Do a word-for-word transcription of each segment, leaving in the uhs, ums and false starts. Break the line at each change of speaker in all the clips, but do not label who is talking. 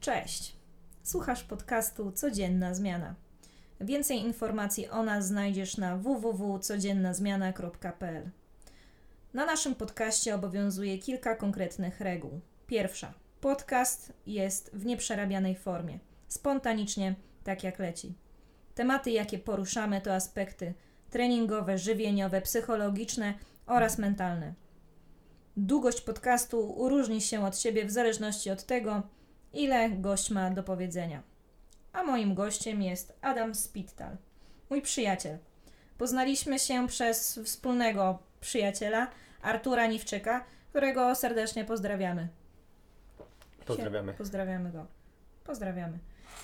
Cześć! Słuchasz podcastu Codzienna Zmiana. Więcej informacji o nas znajdziesz na w w w kropka codzienna zmiana kropka p l. Na naszym podcaście obowiązuje kilka konkretnych reguł. Pierwsza. Podcast jest w nieprzerabianej formie. Spontanicznie, tak jak leci. Tematy, jakie poruszamy, to aspekty treningowe, żywieniowe, psychologiczne oraz mentalne. Długość podcastu różni się od siebie w zależności od tego, ile gość ma do powiedzenia. A moim gościem jest Adam Spittal, mój przyjaciel. Poznaliśmy się przez wspólnego przyjaciela, Artura Niwczyka, którego serdecznie pozdrawiamy.
Pozdrawiamy.
Pozdrawiamy go. Pozdrawiamy.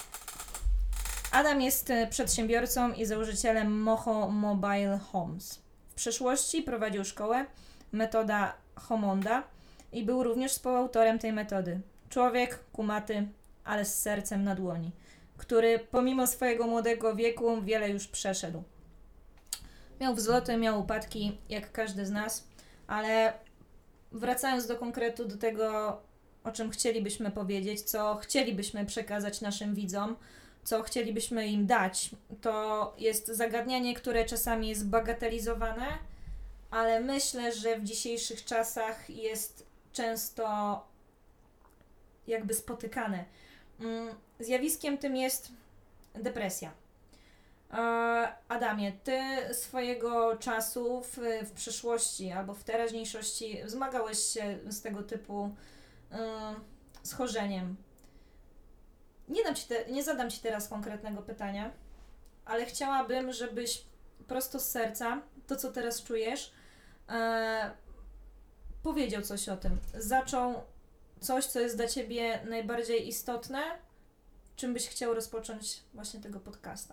Adam jest przedsiębiorcą i założycielem Moho Mobile Homes. W przeszłości prowadził szkołę Metoda Homonda i był również współautorem tej metody. Człowiek kumaty, ale z sercem na dłoni, który pomimo swojego młodego wieku wiele już przeszedł. Miał wzloty, miał upadki, jak każdy z nas, ale wracając do konkretu, do tego, o czym chcielibyśmy powiedzieć, co chcielibyśmy przekazać naszym widzom, co chcielibyśmy im dać, to jest zagadnienie, które czasami jest bagatelizowane, ale myślę, że w dzisiejszych czasach jest często jakby spotykane. Zjawiskiem tym jest depresja. Adamie, ty swojego czasu w, w przyszłości albo w teraźniejszości zmagałeś się z tego typu schorzeniem. Nie, dam ci te, nie zadam ci teraz konkretnego pytania, ale chciałabym, żebyś prosto z serca, to co teraz czujesz, e, powiedział coś o tym. Zaczął coś, co jest dla ciebie najbardziej istotne, czym byś chciał rozpocząć właśnie tego podcasta.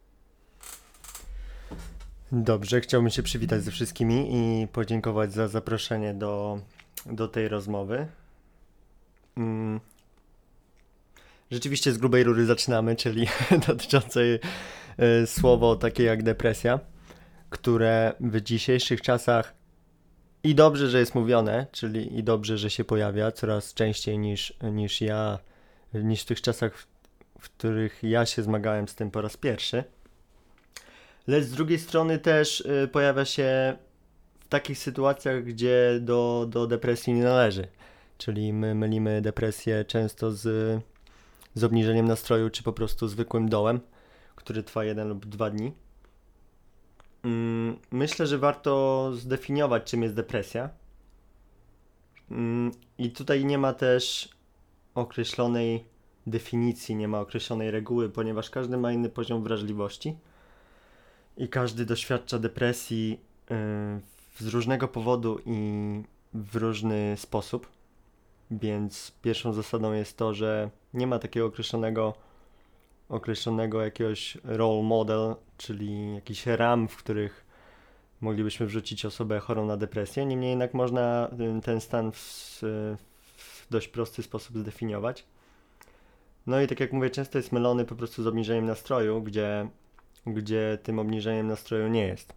Dobrze, chciałbym się przywitać ze wszystkimi i podziękować za zaproszenie do, do tej rozmowy. Mm. Rzeczywiście z grubej rury zaczynamy, czyli dotyczące y, słowo takie jak depresja, które w dzisiejszych czasach i dobrze, że jest mówione, czyli i dobrze, że się pojawia coraz częściej niż, niż ja, niż w tych czasach, w, w których ja się zmagałem z tym po raz pierwszy. Lecz z drugiej strony też y, pojawia się w takich sytuacjach, gdzie do, do depresji nie należy. Czyli my mylimy depresję często z, z obniżeniem nastroju, czy po prostu zwykłym dołem, który trwa jeden lub dwa dni. Myślę, że warto zdefiniować, czym jest depresja. I tutaj nie ma też określonej definicji, nie ma określonej reguły, ponieważ każdy ma inny poziom wrażliwości i każdy doświadcza depresji z różnego powodu i w różny sposób. Więc pierwszą zasadą jest to, że nie ma takiego określonego określonego jakiegoś role model, czyli jakichś ram, w których moglibyśmy wrzucić osobę chorą na depresję. Niemniej jednak można ten stan w, w dość prosty sposób zdefiniować. No i tak jak mówię, często jest mylony po prostu z obniżeniem nastroju, gdzie, gdzie tym obniżeniem nastroju nie jest.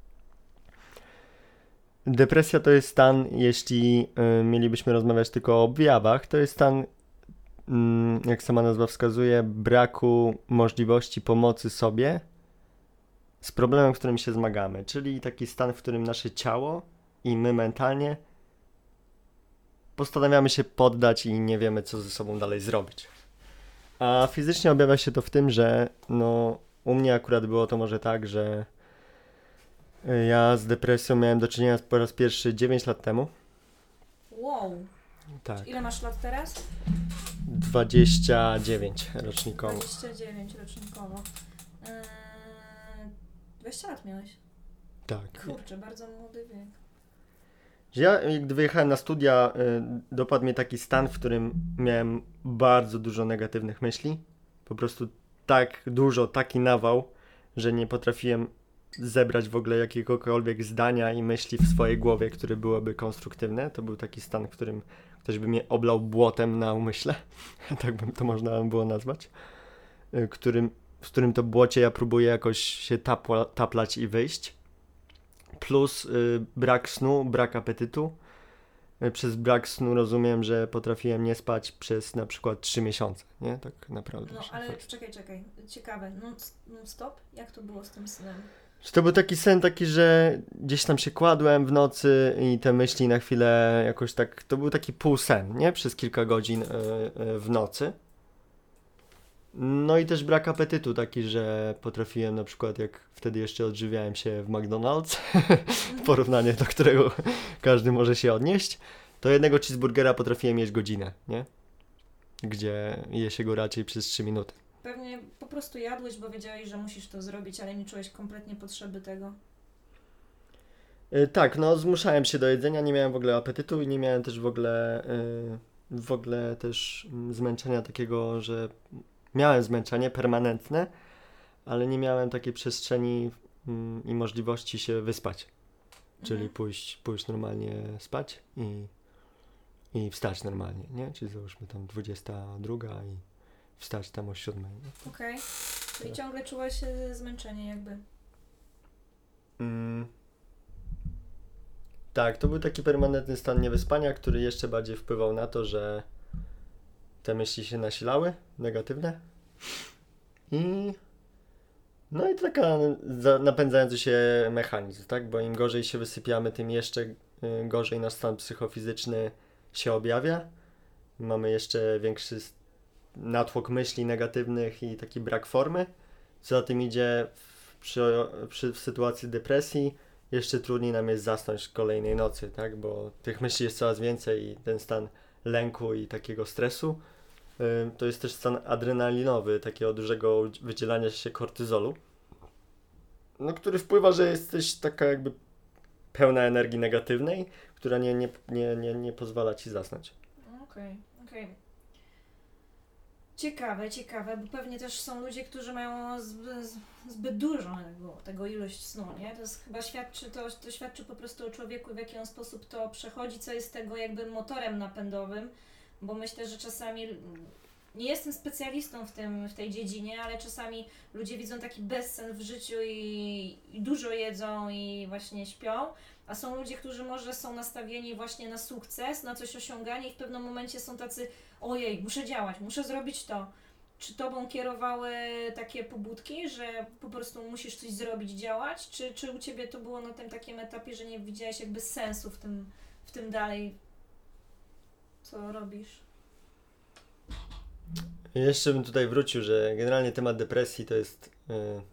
Depresja to jest stan, jeśli y, mielibyśmy rozmawiać tylko o objawach, to jest stan, jak sama nazwa wskazuje, braku możliwości pomocy sobie z problemem, z którym się zmagamy. Czyli taki stan, w którym nasze ciało i my mentalnie postanawiamy się poddać i nie wiemy, co ze sobą dalej zrobić. A fizycznie objawia się to w tym, że no, u mnie akurat było to może tak, że ja z depresją miałem do czynienia po raz pierwszy dziewięć lat temu.
Wow.
Tak.
Ile masz lat teraz?
dwadzieścia dziewięć rocznikowo.
dwadzieścia dziewięć rocznikowo. Yy, dwadzieścia lat miałeś.
Tak.
Kurczę, bardzo młody wiek.
Ja, gdy wyjechałem na studia, y, dopadł mnie taki stan, w którym miałem bardzo dużo negatywnych myśli. Po prostu tak dużo, taki nawał, że nie potrafiłem zebrać w ogóle jakiegokolwiek zdania i myśli w swojej głowie, które byłyby konstruktywne. To był taki stan, w którym ktoś by mnie oblał błotem na umyśle, tak bym to można było nazwać, y, którym, w którym to błocie ja próbuję jakoś się tapła, taplać i wyjść. Plus y, brak snu, brak apetytu y, przez brak snu rozumiem, że potrafiłem nie spać przez na przykład trzy miesiące, nie? Tak naprawdę.
No
się
ale
fakt.
czekaj, czekaj, ciekawe, non, non stop? Jak to było z tym snem?
Czy to był taki sen taki, że gdzieś tam się kładłem w nocy i te myśli na chwilę jakoś tak, to był taki półsen, nie? Przez kilka godzin y, y, w nocy. No i też brak apetytu taki, że potrafiłem na przykład, jak wtedy jeszcze odżywiałem się w McDonald's, porównanie do którego każdy może się odnieść, to jednego cheeseburgera potrafiłem jeść godzinę, nie? Gdzie je się go raczej przez trzy minuty.
Pewnie po prostu jadłeś, bo wiedziałeś, że musisz to zrobić, ale nie czułeś kompletnie potrzeby tego.
Y, tak, no zmuszałem się do jedzenia, nie miałem w ogóle apetytu i nie miałem też w ogóle, y, w ogóle też mm, zmęczenia takiego, że miałem zmęczenie permanentne, ale nie miałem takiej przestrzeni mm, i możliwości się wyspać. Czyli
Mhm.
pójść, pójść normalnie spać i, i wstać normalnie, nie? Czyli załóżmy tam dwudziesta druga i wstać tam o siódmej. Nie?
Okej. Czyli ciągle czułeś e, zmęczenie jakby.
Mm, tak, to był taki permanentny stan niewyspania, który jeszcze bardziej wpływał na to, że te myśli się nasilały, negatywne. I no i to taka za- napędzający się mechanizm, tak? Bo im gorzej się wysypiamy, tym jeszcze y, gorzej nasz stan psychofizyczny się objawia. Mamy jeszcze większy s- natłok myśli negatywnych i taki brak formy. Co za tym idzie w, przy, przy, w sytuacji depresji, jeszcze trudniej nam jest zasnąć kolejnej nocy, tak? Bo tych myśli jest coraz więcej i ten stan lęku i takiego stresu y, to jest też stan adrenalinowy, takiego dużego udzi- wydzielania się kortyzolu, no, który wpływa, że jesteś taka jakby pełna energii negatywnej, która nie, nie, nie, nie, nie pozwala ci zasnąć.
Okej, okej. Ciekawe, ciekawe, bo pewnie też są ludzie, którzy mają zbyt, zbyt dużo tego, tego ilość snu, nie? To jest chyba świadczy, to, to świadczy po prostu o człowieku, w jaki on sposób to przechodzi, co jest tego jakby motorem napędowym, bo myślę, że czasami, nie jestem specjalistą w tym, w tej dziedzinie, ale czasami ludzie widzą taki bezsen w życiu i, i dużo jedzą i właśnie śpią, a są ludzie, którzy może są nastawieni właśnie na sukces, na coś osiąganie i w pewnym momencie są tacy: ojej, muszę działać, muszę zrobić to. Czy tobą kierowały takie pobudki, że po prostu musisz coś zrobić, działać? Czy, czy u ciebie to było na tym takim etapie, że nie widziałeś jakby sensu w tym, w tym dalej, co robisz?
Jeszcze bym tutaj wrócił, że generalnie temat depresji to jest yy,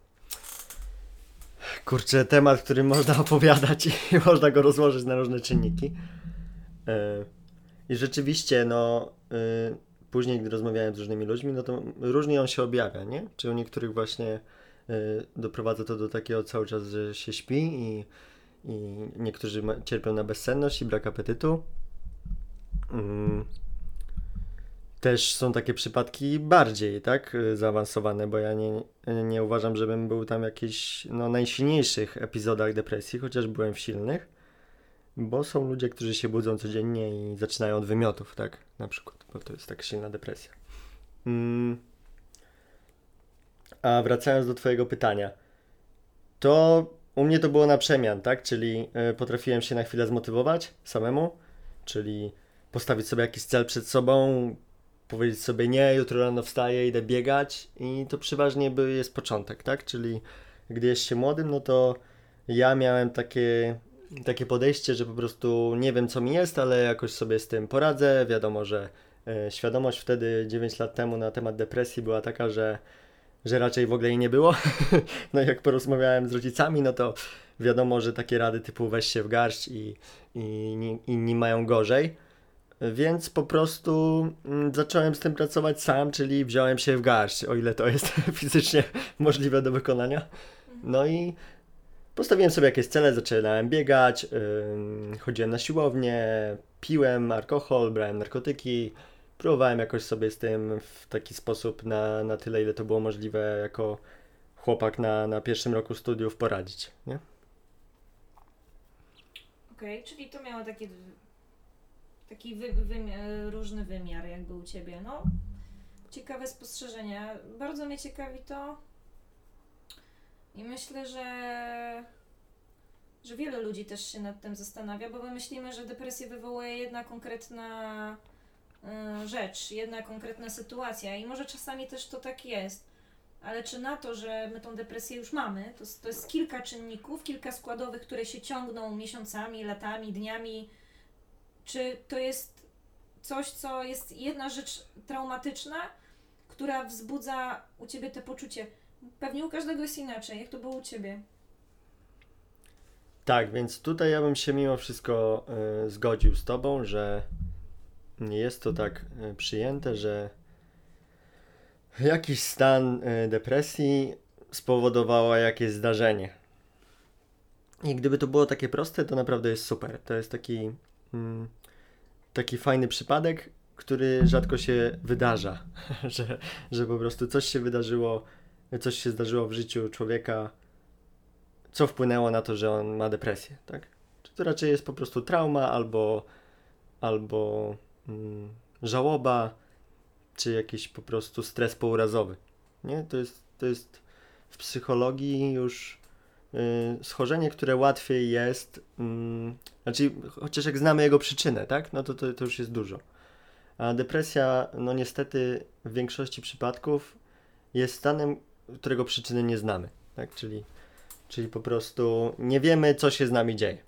kurczę, temat, który można opowiadać i można go rozłożyć na różne czynniki. Yy, I rzeczywiście, no, yy, później, gdy rozmawiałem z różnymi ludźmi, no to różnie on się objawia, nie? Czy u niektórych właśnie yy, doprowadza to do takiego cały czas, że się śpi i, i niektórzy ma, cierpią na bezsenność i brak apetytu. Yy. Też są takie przypadki bardziej, tak, y, zaawansowane, bo ja nie, nie uważam, żebym był tam w jakichś no, najsilniejszych epizodach depresji, chociaż byłem w silnych, bo są ludzie, którzy się budzą codziennie i zaczynają od wymiotów, tak, na przykład, bo to jest tak silna depresja. Mm. A wracając do twojego pytania, to u mnie to było na przemian, tak, czyli y, potrafiłem się na chwilę zmotywować samemu, czyli postawić sobie jakiś cel przed sobą, powiedzieć sobie: nie, jutro rano wstaję, idę biegać, i to przeważnie by jest początek, tak? Czyli gdy jest się młodym, no to ja miałem takie, takie podejście, że po prostu nie wiem, co mi jest, ale jakoś sobie z tym poradzę. Wiadomo, że e, świadomość wtedy dziewięć lat temu na temat depresji była taka, że, że raczej w ogóle jej nie było. No i jak porozmawiałem z rodzicami, no to wiadomo, że takie rady typu weź się w garść i, i inni, inni mają gorzej. Więc po prostu mm, zacząłem z tym pracować sam, czyli wziąłem się w garść, o ile to jest fizycznie możliwe do wykonania. No i postawiłem sobie jakieś cele, zaczynałem biegać, ym, chodziłem na siłownię, piłem alkohol, brałem narkotyki, próbowałem jakoś sobie z tym w taki sposób na, na tyle, ile to było możliwe jako chłopak na, na pierwszym roku studiów poradzić, nie?
Okej, czyli to miało takie, taki wy, wymi- różny wymiar jakby u ciebie, no. Ciekawe spostrzeżenia. Bardzo mnie ciekawi to i myślę, że że wiele ludzi też się nad tym zastanawia, bo my myślimy, że depresję wywołuje jedna konkretna y, rzecz, jedna konkretna sytuacja i może czasami też to tak jest, ale czy na to, że my tą depresję już mamy, to, to jest kilka czynników, kilka składowych, które się ciągną miesiącami, latami, dniami, czy to jest coś, co jest jedna rzecz traumatyczna, która wzbudza u Ciebie te poczucie. Pewnie u każdego jest inaczej. Jak to było u Ciebie?
Tak, więc tutaj ja bym się mimo wszystko y, zgodził z Tobą, że nie jest to tak y, przyjęte, że jakiś stan y, depresji spowodowało jakieś zdarzenie. I gdyby to było takie proste, to naprawdę jest super. To jest taki, mm, taki fajny przypadek, który rzadko się wydarza, że, że po prostu coś się wydarzyło, coś się zdarzyło w życiu człowieka, co wpłynęło na to, że on ma depresję, tak? Czy to raczej jest po prostu trauma, albo, albo mm, żałoba, czy jakiś po prostu stres pourazowy, nie? To jest, to jest w psychologii już yy, schorzenie, które łatwiej jest, yy, znaczy chociaż jak znamy jego przyczynę, tak? No to, to, to już jest dużo. A depresja, no niestety w większości przypadków jest stanem, którego przyczyny nie znamy, tak? Czyli, czyli po prostu nie wiemy, co się z nami dzieje.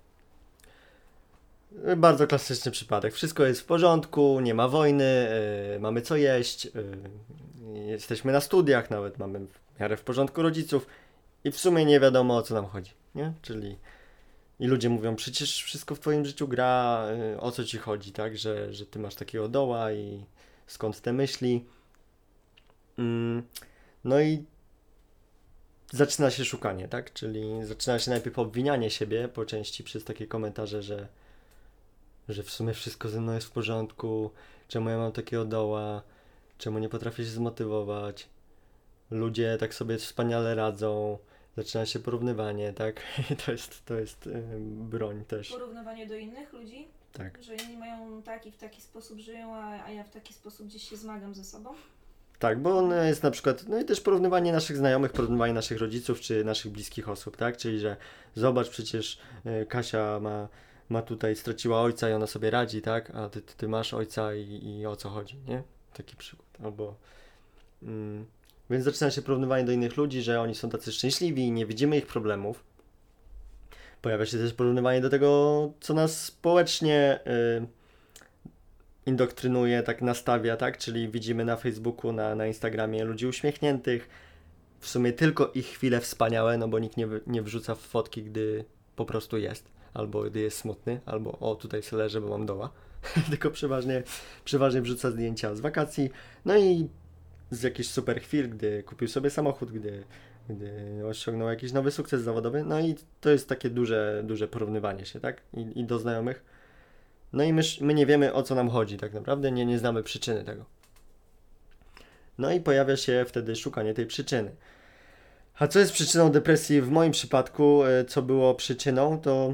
Bardzo klasyczny przypadek. Wszystko jest w porządku, nie ma wojny, yy, mamy co jeść, yy, jesteśmy na studiach, nawet mamy w miarę w porządku rodziców i w sumie nie wiadomo, o co nam chodzi, nie? Czyli i ludzie mówią, przecież wszystko w twoim życiu gra, yy, o co ci chodzi, tak? Że, że ty masz takiego doła i skąd te myśli. Yy, no i zaczyna się szukanie, tak? Czyli zaczyna się najpierw obwinianie siebie po części przez takie komentarze, że że w sumie wszystko ze mną jest w porządku, czemu ja mam takiego doła, czemu nie potrafię się zmotywować, ludzie tak sobie wspaniale radzą, zaczyna się porównywanie, tak? I to jest, to jest yy, broń też.
Porównywanie do innych ludzi?
Tak.
Że inni mają tak i w taki sposób żyją, a, a ja w taki sposób gdzieś się zmagam ze sobą?
Tak, bo on jest na przykład, no i też porównywanie naszych znajomych, porównywanie naszych rodziców czy naszych bliskich osób, tak? Czyli, że zobacz, przecież yy, Kasia ma ma tutaj, straciła ojca i ona sobie radzi, tak? A ty, ty, ty masz ojca i, i o co chodzi, nie? Taki przykład. Albo... Mm, więc zaczyna się porównywanie do innych ludzi, że oni są tacy szczęśliwi i nie widzimy ich problemów. Pojawia się też porównywanie do tego, co nas społecznie y, indoktrynuje, tak nastawia, tak? Czyli widzimy na Facebooku, na, na Instagramie ludzi uśmiechniętych, w sumie tylko ich chwile wspaniałe, no bo nikt nie, nie wrzuca w fotki, gdy po prostu jest. Albo gdy jest smutny, albo o, tutaj sobie leżę, bo mam doła. Tylko przeważnie, przeważnie wrzuca zdjęcia z wakacji. No i z jakichś super chwil, gdy kupił sobie samochód, gdy, gdy osiągnął jakiś nowy sukces zawodowy. No i to jest takie duże, duże porównywanie się, tak? I, i do znajomych. No i my, my nie wiemy, o co nam chodzi tak naprawdę, nie, nie znamy przyczyny tego. No i pojawia się wtedy szukanie tej przyczyny. A co jest przyczyną depresji w moim przypadku, co było przyczyną, to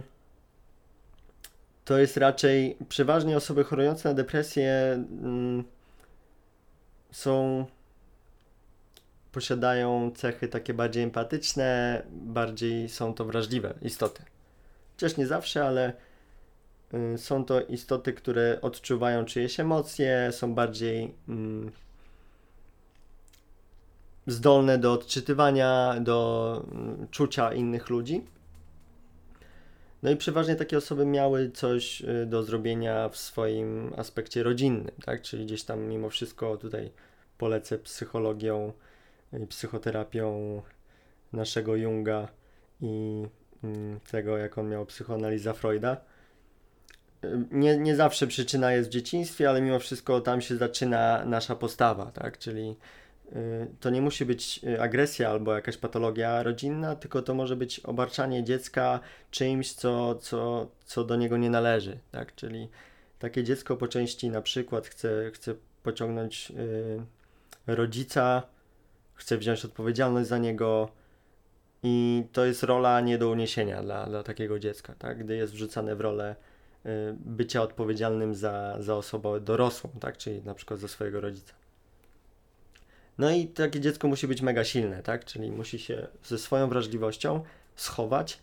to jest raczej przeważnie osoby chorujące na depresję mm, są posiadają cechy takie bardziej empatyczne, bardziej są to wrażliwe istoty. Chociaż nie zawsze, ale y, są to istoty, które odczuwają czyjeś emocje, są bardziej mm, zdolne do odczytywania, do mm, czucia innych ludzi. No i przeważnie takie osoby miały coś do zrobienia w swoim aspekcie rodzinnym, tak? Czyli gdzieś tam mimo wszystko tutaj polecę psychologią i psychoterapią naszego Junga i tego, jak on miał psychoanalizę Freuda. Nie, nie zawsze przyczyna jest w dzieciństwie, ale mimo wszystko tam się zaczyna nasza postawa, tak? Czyli to nie musi być agresja albo jakaś patologia rodzinna, tylko to może być obarczanie dziecka czymś, co, co, co do niego nie należy, tak? Czyli takie dziecko po części na przykład chce, chce pociągnąć yy, rodzica, chce wziąć odpowiedzialność za niego i to jest rola nie do uniesienia dla, dla takiego dziecka, tak? Gdy jest wrzucane w rolę yy, bycia odpowiedzialnym za, za osobę dorosłą, tak? Czyli na przykład za swojego rodzica. No i takie dziecko musi być mega silne, tak? Czyli musi się ze swoją wrażliwością schować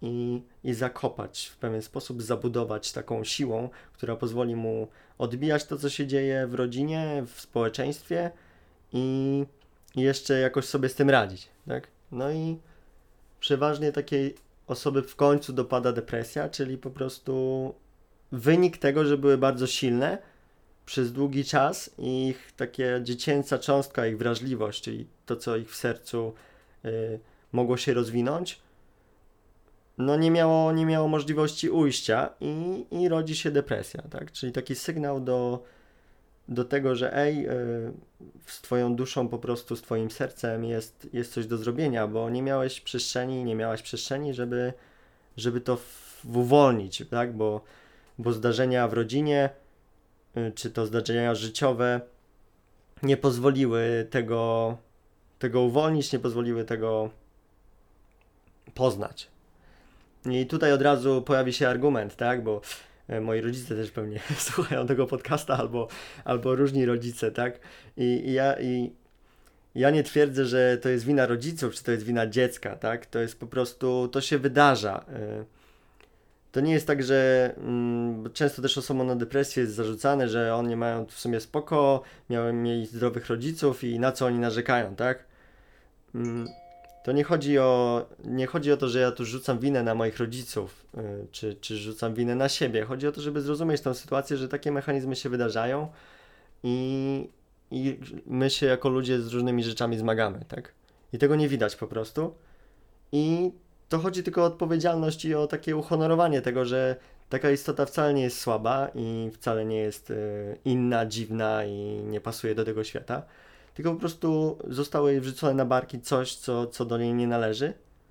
i, i zakopać w pewien sposób, zabudować taką siłą, która pozwoli mu odbijać to, co się dzieje w rodzinie, w społeczeństwie i, i jeszcze jakoś sobie z tym radzić, tak? No i przeważnie takiej osoby w końcu dopada depresja, czyli po prostu wynik tego, że były bardzo silne przez długi czas i ich takie dziecięca cząstka, ich wrażliwość, czyli to, co ich w sercu y, mogło się rozwinąć, no nie miało, nie miało możliwości ujścia i, i rodzi się depresja, tak? Czyli taki sygnał do, do tego, że ej, y, z twoją duszą po prostu, z twoim sercem jest, jest coś do zrobienia, bo nie miałeś przestrzeni, nie miałaś przestrzeni, żeby, żeby to w, uwolnić, tak? Bo, bo zdarzenia w rodzinie, y, czy to zdarzenia życiowe nie pozwoliły tego, tego uwolnić, nie pozwoliły tego poznać. I tutaj od razu pojawi się argument, tak, bo e, moi rodzice też pewnie słuchają tego podcasta, albo, albo różni rodzice, tak, i, i ja i ja nie twierdzę, że to jest wina rodziców, czy to jest wina dziecka, tak, to jest po prostu, to się wydarza. E, To nie jest tak, że mm, często też osobom na depresję jest zarzucane, że oni mają w sumie spoko, miałem mieli zdrowych rodziców i na co oni narzekają, tak? Mm, To nie chodzi o, nie chodzi o to, że ja tu rzucam winę na moich rodziców, y, czy, czy rzucam winę na siebie. Chodzi o to, żeby zrozumieć tę sytuację, że takie mechanizmy się wydarzają i, i my się jako ludzie z różnymi rzeczami zmagamy, tak? I tego nie widać po prostu. I to chodzi tylko o odpowiedzialność i o takie uhonorowanie tego, że taka istota wcale nie jest słaba i wcale nie jest y, inna, dziwna i nie pasuje do tego świata, tylko po prostu zostało jej wrzucone na barki coś, co, co do niej nie należy,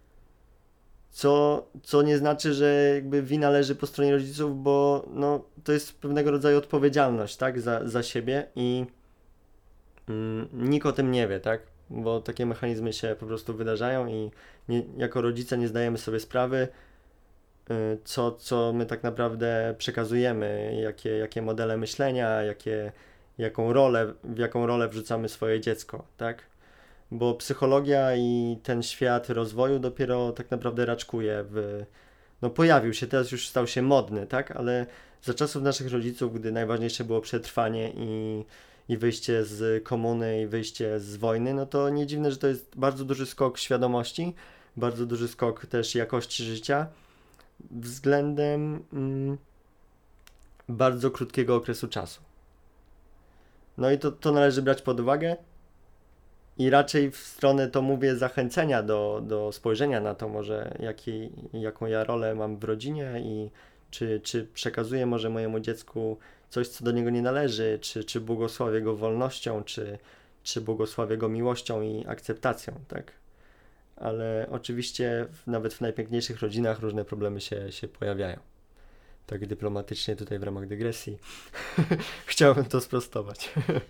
co, co nie znaczy, że jakby wina leży po stronie rodziców, bo no, to jest pewnego rodzaju odpowiedzialność, tak, za, za siebie i mm, nikt o tym nie wie, tak, bo takie mechanizmy się po prostu wydarzają i nie, jako rodzice nie zdajemy sobie sprawy, y, co, co my tak naprawdę przekazujemy, jakie, jakie modele myślenia, jakie, jaką rolę, w jaką rolę wrzucamy swoje dziecko, tak? Bo psychologia i ten świat rozwoju dopiero tak naprawdę raczkuje w... No pojawił się, teraz już stał się modny, tak? Ale za czasów naszych rodziców, gdy najważniejsze było przetrwanie i, i wyjście z komuny i wyjście z wojny, no to nie dziwne, że to jest bardzo duży skok świadomości, bardzo duży skok też jakości życia względem mm, bardzo krótkiego okresu czasu. No i to, to należy brać pod uwagę i raczej w stronę, to mówię, zachęcenia do, do spojrzenia na to może, jaki, jaką ja rolę mam w rodzinie i czy, czy przekazuję może mojemu dziecku coś, co do niego nie należy, czy, czy błogosławię go wolnością, czy, czy błogosławię go miłością i akceptacją, tak? Ale oczywiście w, nawet w najpiękniejszych rodzinach różne problemy się, się pojawiają. Tak dyplomatycznie tutaj w ramach dygresji chciałbym to sprostować.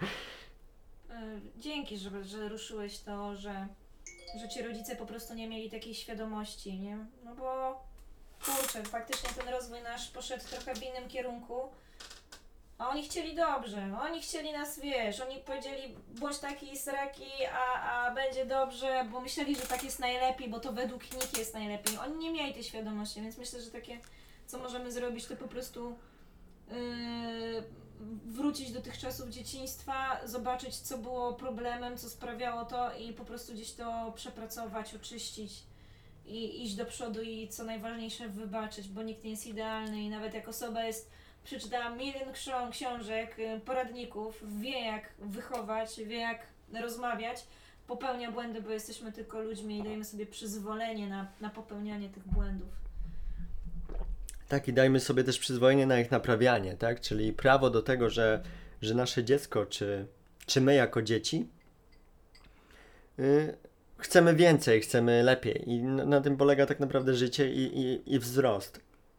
Dzięki, że, że ruszyłeś to, że, że ci rodzice po prostu nie mieli takiej świadomości, nie? No bo kurczę, faktycznie ten rozwój nasz poszedł trochę w innym kierunku, a oni chcieli dobrze, oni chcieli nas, wiesz, oni powiedzieli bądź taki sraki, a, a będzie dobrze, bo myśleli, że tak jest najlepiej, bo to według nich jest najlepiej. Oni nie mieli tej świadomości, więc myślę, że takie, co możemy zrobić, to po prostu yy, wrócić do tych czasów dzieciństwa, zobaczyć, co było problemem, co sprawiało to i po prostu gdzieś to przepracować, oczyścić i iść do przodu i co najważniejsze wybaczyć, bo nikt nie jest idealny i nawet jak osoba jest, przeczytała milion ksią- książek, poradników, wie jak wychować, wie jak rozmawiać, popełnia błędy, bo jesteśmy tylko ludźmi i dajemy sobie przyzwolenie na, na popełnianie tych błędów.
Tak, i dajmy sobie też przyzwolenie na ich naprawianie, tak? Czyli prawo do tego, że, że nasze dziecko, czy, czy my jako dzieci yy, chcemy więcej, chcemy lepiej. I na, na tym polega tak naprawdę życie i, i, i wzrost.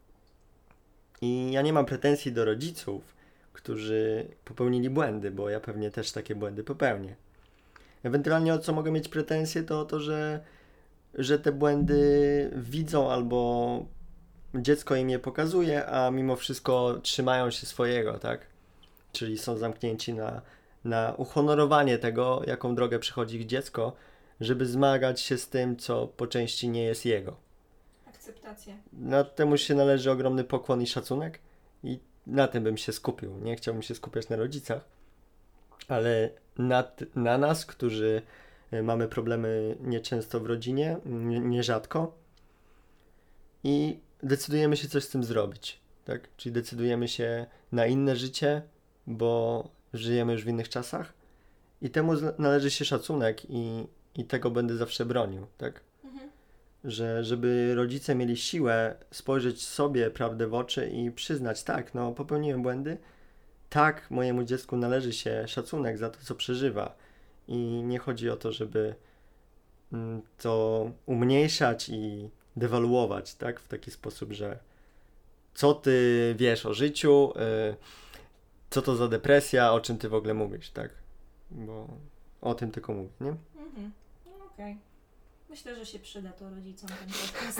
I ja nie mam pretensji do rodziców, którzy popełnili błędy, bo ja pewnie też takie błędy popełnię. Ewentualnie o co mogę mieć pretensje, to o to, że, że te błędy widzą albo dziecko im je pokazuje, a mimo wszystko trzymają się swojego, tak? Czyli są zamknięci na, na uhonorowanie tego, jaką drogę przechodzi ich dziecko, żeby zmagać się z tym, co po części nie jest jego.
Akceptacja.
Na temu się należy ogromny pokłon i szacunek i na tym bym się skupił. Nie chciałbym się skupiać na rodzicach, ale na, na nas, którzy mamy problemy nieczęsto w rodzinie, nie, nierzadko i decydujemy się coś z tym zrobić, tak? Czyli decydujemy się na inne życie, bo żyjemy już w innych czasach i temu należy się szacunek i, i tego będę zawsze bronił, tak?
Mhm.
Że żeby rodzice mieli siłę spojrzeć sobie prawdę w oczy i przyznać, tak, no popełniłem błędy, tak, mojemu dziecku należy się szacunek za to, co przeżywa i nie chodzi o to, żeby to umniejszać i dewaluować, tak, w taki sposób, że co ty wiesz o życiu, yy, co to za depresja, o czym ty w ogóle mówisz, tak, bo o tym tylko mówię, nie?
Mhm. No okej. Okay. Myślę, że się przyda to rodzicom ten podcast.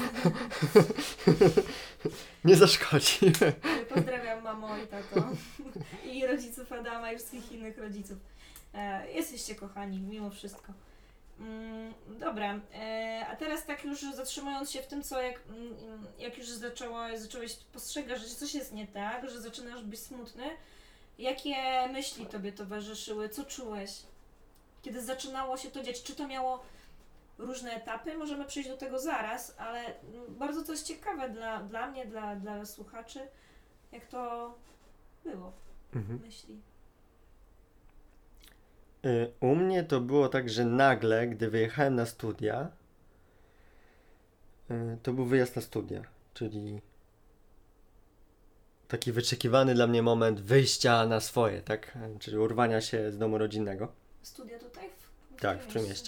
Nie zaszkodzi.
Pozdrawiam mamo i tato. I rodziców Adama i wszystkich innych rodziców. E, jesteście kochani, mimo wszystko. Mm, dobra, e, a teraz tak już zatrzymując się w tym, co jak, jak już zaczęło, zacząłeś postrzegać, że coś jest nie tak, że zaczynasz być smutny, jakie myśli tobie towarzyszyły, co czułeś, kiedy zaczynało się to dziać, czy to miało różne etapy, możemy przejść do tego zaraz, ale bardzo to jest ciekawe dla, dla mnie, dla, dla słuchaczy, jak to było, mhm. myśli.
U mnie to było tak, że nagle, gdy wyjechałem na studia, to był wyjazd na studia, czyli taki wyczekiwany dla mnie moment wyjścia na swoje, tak? Czyli urwania się z domu rodzinnego.
Studia tutaj? W, w
tak, w Trójmieście.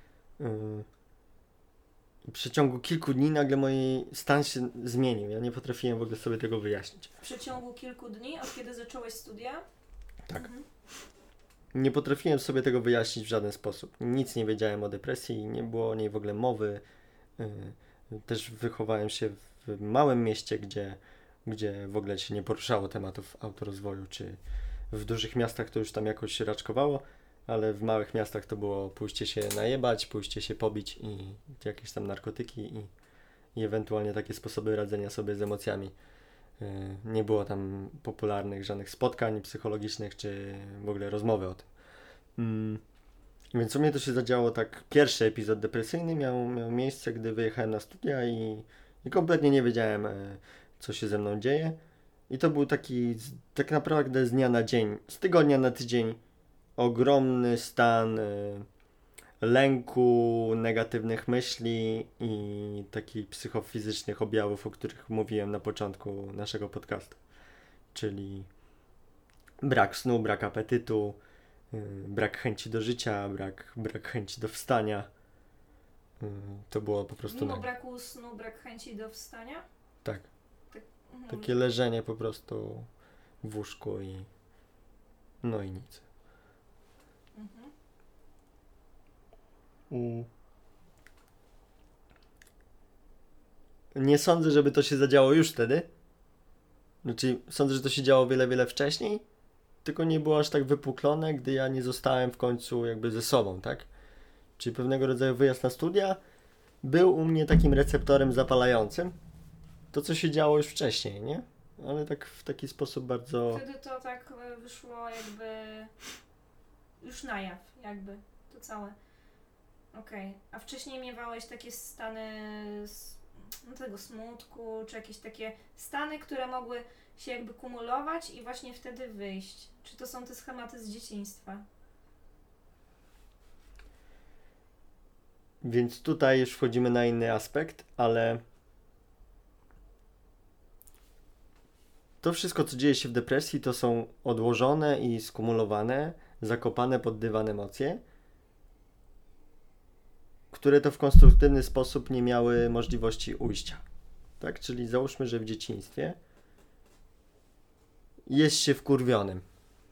I w przeciągu kilku dni nagle mój stan się zmienił. Ja nie potrafiłem w ogóle sobie tego wyjaśnić.
W przeciągu kilku dni, od kiedy zacząłeś studia?
Tak. Mhm. Nie potrafiłem sobie tego wyjaśnić w żaden sposób. Nic nie wiedziałem o depresji, nie było o niej w ogóle mowy. Też wychowałem się w małym mieście, gdzie, gdzie w ogóle się nie poruszało tematów autorozwoju, czy w dużych miastach to już tam jakoś się raczkowało, ale w małych miastach to było pójście się najebać, pójście się pobić i jakieś tam narkotyki i, i ewentualnie takie sposoby radzenia sobie z emocjami. Nie było tam popularnych żadnych spotkań psychologicznych, czy w ogóle rozmowy o tym. Mm. Więc u mnie to się zadziało tak, pierwszy epizod depresyjny miał, miał miejsce, gdy wyjechałem na studia i, i kompletnie nie wiedziałem, co się ze mną dzieje. I to był taki, tak naprawdę z dnia na dzień, z tygodnia na tydzień, ogromny stan lęku, negatywnych myśli i takich psychofizycznych objawów, o których mówiłem na początku naszego podcastu. Czyli brak snu, brak apetytu, yy, brak chęci do życia, brak, brak chęci do wstania. Yy, to było po prostu...
Mimo braku snu, brak chęci do wstania?
Tak.
tak mhm.
Takie leżenie po prostu w łóżku i no i nic. Mhm. Mm. Nie sądzę, żeby to się zadziało już wtedy. Znaczy, sądzę, że to się działo wiele, wiele wcześniej, tylko nie było aż tak wypuklone, gdy ja nie zostałem w końcu jakby ze sobą, tak? Czyli pewnego rodzaju wyjazd na studia był u mnie takim receptorem zapalającym. To, co się działo już wcześniej, nie? Ale tak w taki sposób bardzo...
Wtedy to tak wyszło jakby już na jaw, jakby, to całe. Okej, okay. A wcześniej miewałeś takie stany no, tego smutku, czy jakieś takie stany, które mogły się jakby kumulować i właśnie wtedy wyjść? Czy to są te schematy z dzieciństwa?
Więc tutaj już wchodzimy na inny aspekt, ale to wszystko, co dzieje się w depresji, to są odłożone i skumulowane, zakopane pod dywan emocje, które to w konstruktywny sposób nie miały możliwości ujścia. Tak? Czyli załóżmy, że w dzieciństwie jest się wkurwionym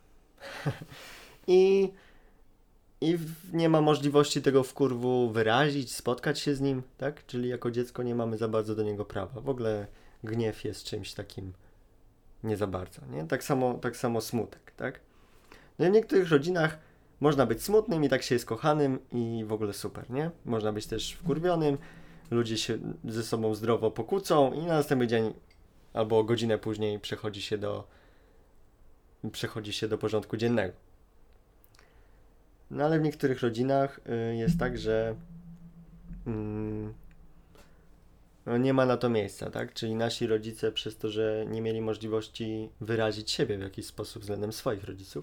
I, i w, nie ma możliwości tego wkurwu wyrazić, spotkać się z nim, tak? Czyli jako dziecko nie mamy za bardzo do niego prawa. W ogóle gniew jest czymś takim nie za bardzo, nie? Tak samo, tak samo smutek, tak? No i w niektórych rodzinach można być smutnym i tak się jest kochanym i w ogóle super, nie? Można być też wkurwionym, ludzie się ze sobą zdrowo pokłócą i na następny dzień albo godzinę później przechodzi się do przechodzi się do porządku dziennego. No ale w niektórych rodzinach y, jest tak, że mm, no nie ma na to miejsca, tak? Czyli nasi rodzice przez to, że nie mieli możliwości wyrazić siebie w jakiś sposób względem swoich rodziców,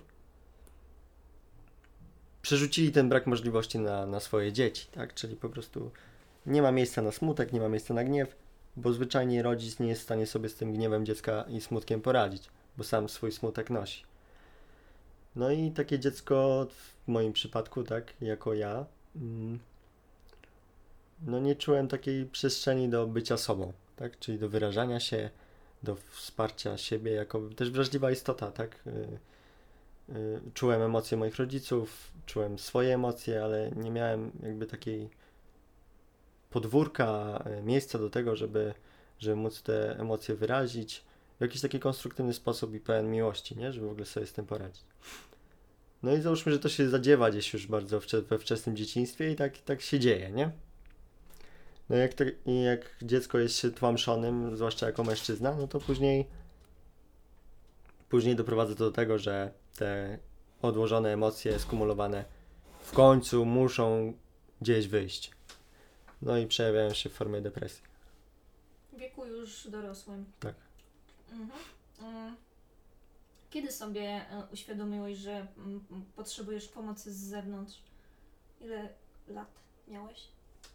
przerzucili ten brak możliwości na, na swoje dzieci, tak? Czyli po prostu nie ma miejsca na smutek, nie ma miejsca na gniew, bo zwyczajnie rodzic nie jest w stanie sobie z tym gniewem dziecka i smutkiem poradzić, bo sam swój smutek nosi. No i takie dziecko w moim przypadku, tak, jako ja, mm, no nie czułem takiej przestrzeni do bycia sobą, tak, czyli do wyrażania się, do wsparcia siebie jako też wrażliwa istota, tak. Y, y, czułem emocje moich rodziców, czułem swoje emocje, ale nie miałem jakby takiej podwórka, y, miejsca do tego, żeby, żeby móc te emocje wyrazić w jakiś taki konstruktywny sposób i pełen miłości, nie, żeby w ogóle sobie z tym poradzić. No i załóżmy, że to się zadziewa gdzieś już bardzo wcze- we wczesnym dzieciństwie i tak, tak się dzieje, nie? No jak, to, i jak dziecko jest się tłamszonym, zwłaszcza jako mężczyzna, no to później później doprowadza to do tego, że te odłożone emocje skumulowane w końcu muszą gdzieś wyjść. No i przejawiają się w formie depresji.
W wieku już dorosłym.
Tak.
Mhm. Mm. Kiedy sobie e, uświadomiłeś, że mm, potrzebujesz pomocy z zewnątrz? Ile lat miałeś?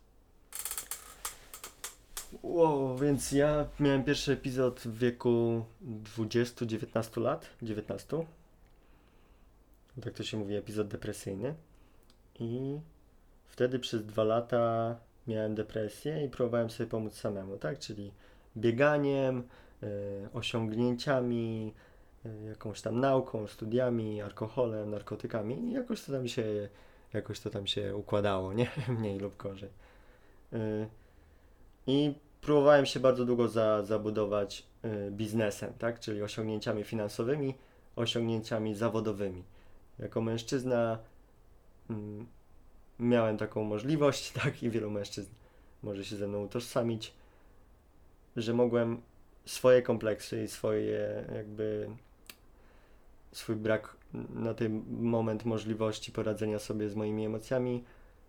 Wow, więc ja miałem pierwszy epizod w wieku dwudziestu dziewiętnastu lat, dziewiętnastu. Tak to się mówi, epizod depresyjny. I wtedy przez dwa lata miałem depresję i próbowałem sobie pomóc samemu, tak? Czyli bieganiem, y, osiągnięciami, y, jakąś tam nauką, studiami, alkoholem, narkotykami i jakoś to tam się, jakoś to tam się układało, nie? Mniej lub gorzej. Y, I próbowałem się bardzo długo za, zabudować y, biznesem, tak? Czyli osiągnięciami finansowymi, osiągnięciami zawodowymi. Jako mężczyzna mm, miałem taką możliwość, tak? I wielu mężczyzn może się ze mną utożsamić, że mogłem swoje kompleksy i swoje jakby swój brak na ten moment możliwości poradzenia sobie z moimi emocjami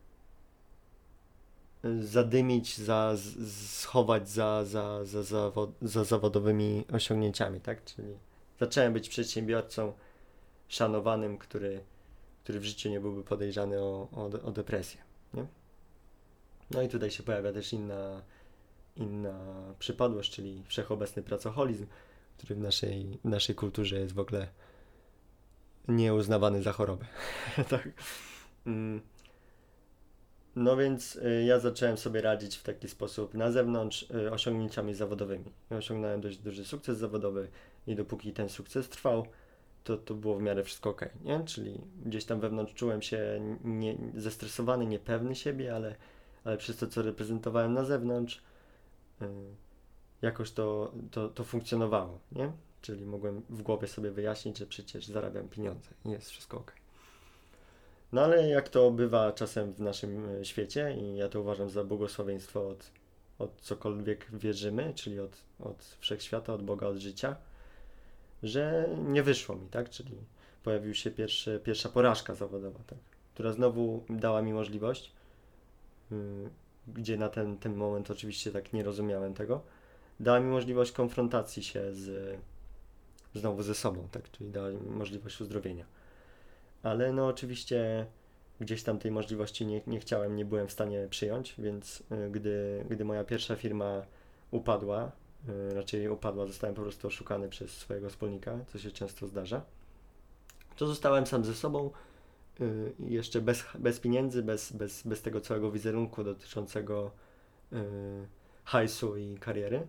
zadymić, za, z- schować za, za, za, zawo- za zawodowymi osiągnięciami, tak? Czyli zacząłem być przedsiębiorcą szanowanym, który, który w życiu nie byłby podejrzany o, o, o depresję, nie? No i tutaj się pojawia też inna, inna przypadłość, czyli wszechobecny pracoholizm, który w naszej, w naszej kulturze jest w ogóle nieuznawany za chorobę. Tak. Mm. No więc y, ja zacząłem sobie radzić w taki sposób na zewnątrz y, osiągnięciami zawodowymi. Ja osiągnąłem dość duży sukces zawodowy i dopóki ten sukces trwał, to, to było w miarę wszystko okej, nie? Czyli gdzieś tam wewnątrz czułem się nie, zestresowany, niepewny siebie, ale, ale przez to, co reprezentowałem na zewnątrz, y, jakoś to, to, to funkcjonowało, nie? Czyli mogłem w głowie sobie wyjaśnić, że przecież zarabiam pieniądze i jest wszystko okej. No ale jak to bywa czasem w naszym e, świecie i ja to uważam za błogosławieństwo od, od cokolwiek wierzymy, czyli od, od wszechświata, od Boga, od życia, że nie wyszło mi, tak? Czyli pojawił się pierwszy, pierwsza porażka zawodowa, tak? Która znowu dała mi możliwość, yy, gdzie na ten, ten moment oczywiście tak nie rozumiałem tego, dała mi możliwość konfrontacji się z, znowu ze sobą, tak? Czyli dała mi możliwość uzdrowienia. Ale no oczywiście gdzieś tam tej możliwości nie, nie chciałem, nie byłem w stanie przyjąć, więc y, gdy, gdy moja pierwsza firma upadła, y, raczej upadła, zostałem po prostu oszukany przez swojego wspólnika, co się często zdarza, to zostałem sam ze sobą, y, jeszcze bez, bez pieniędzy, bez, bez, bez tego całego wizerunku dotyczącego y, hajsu i kariery.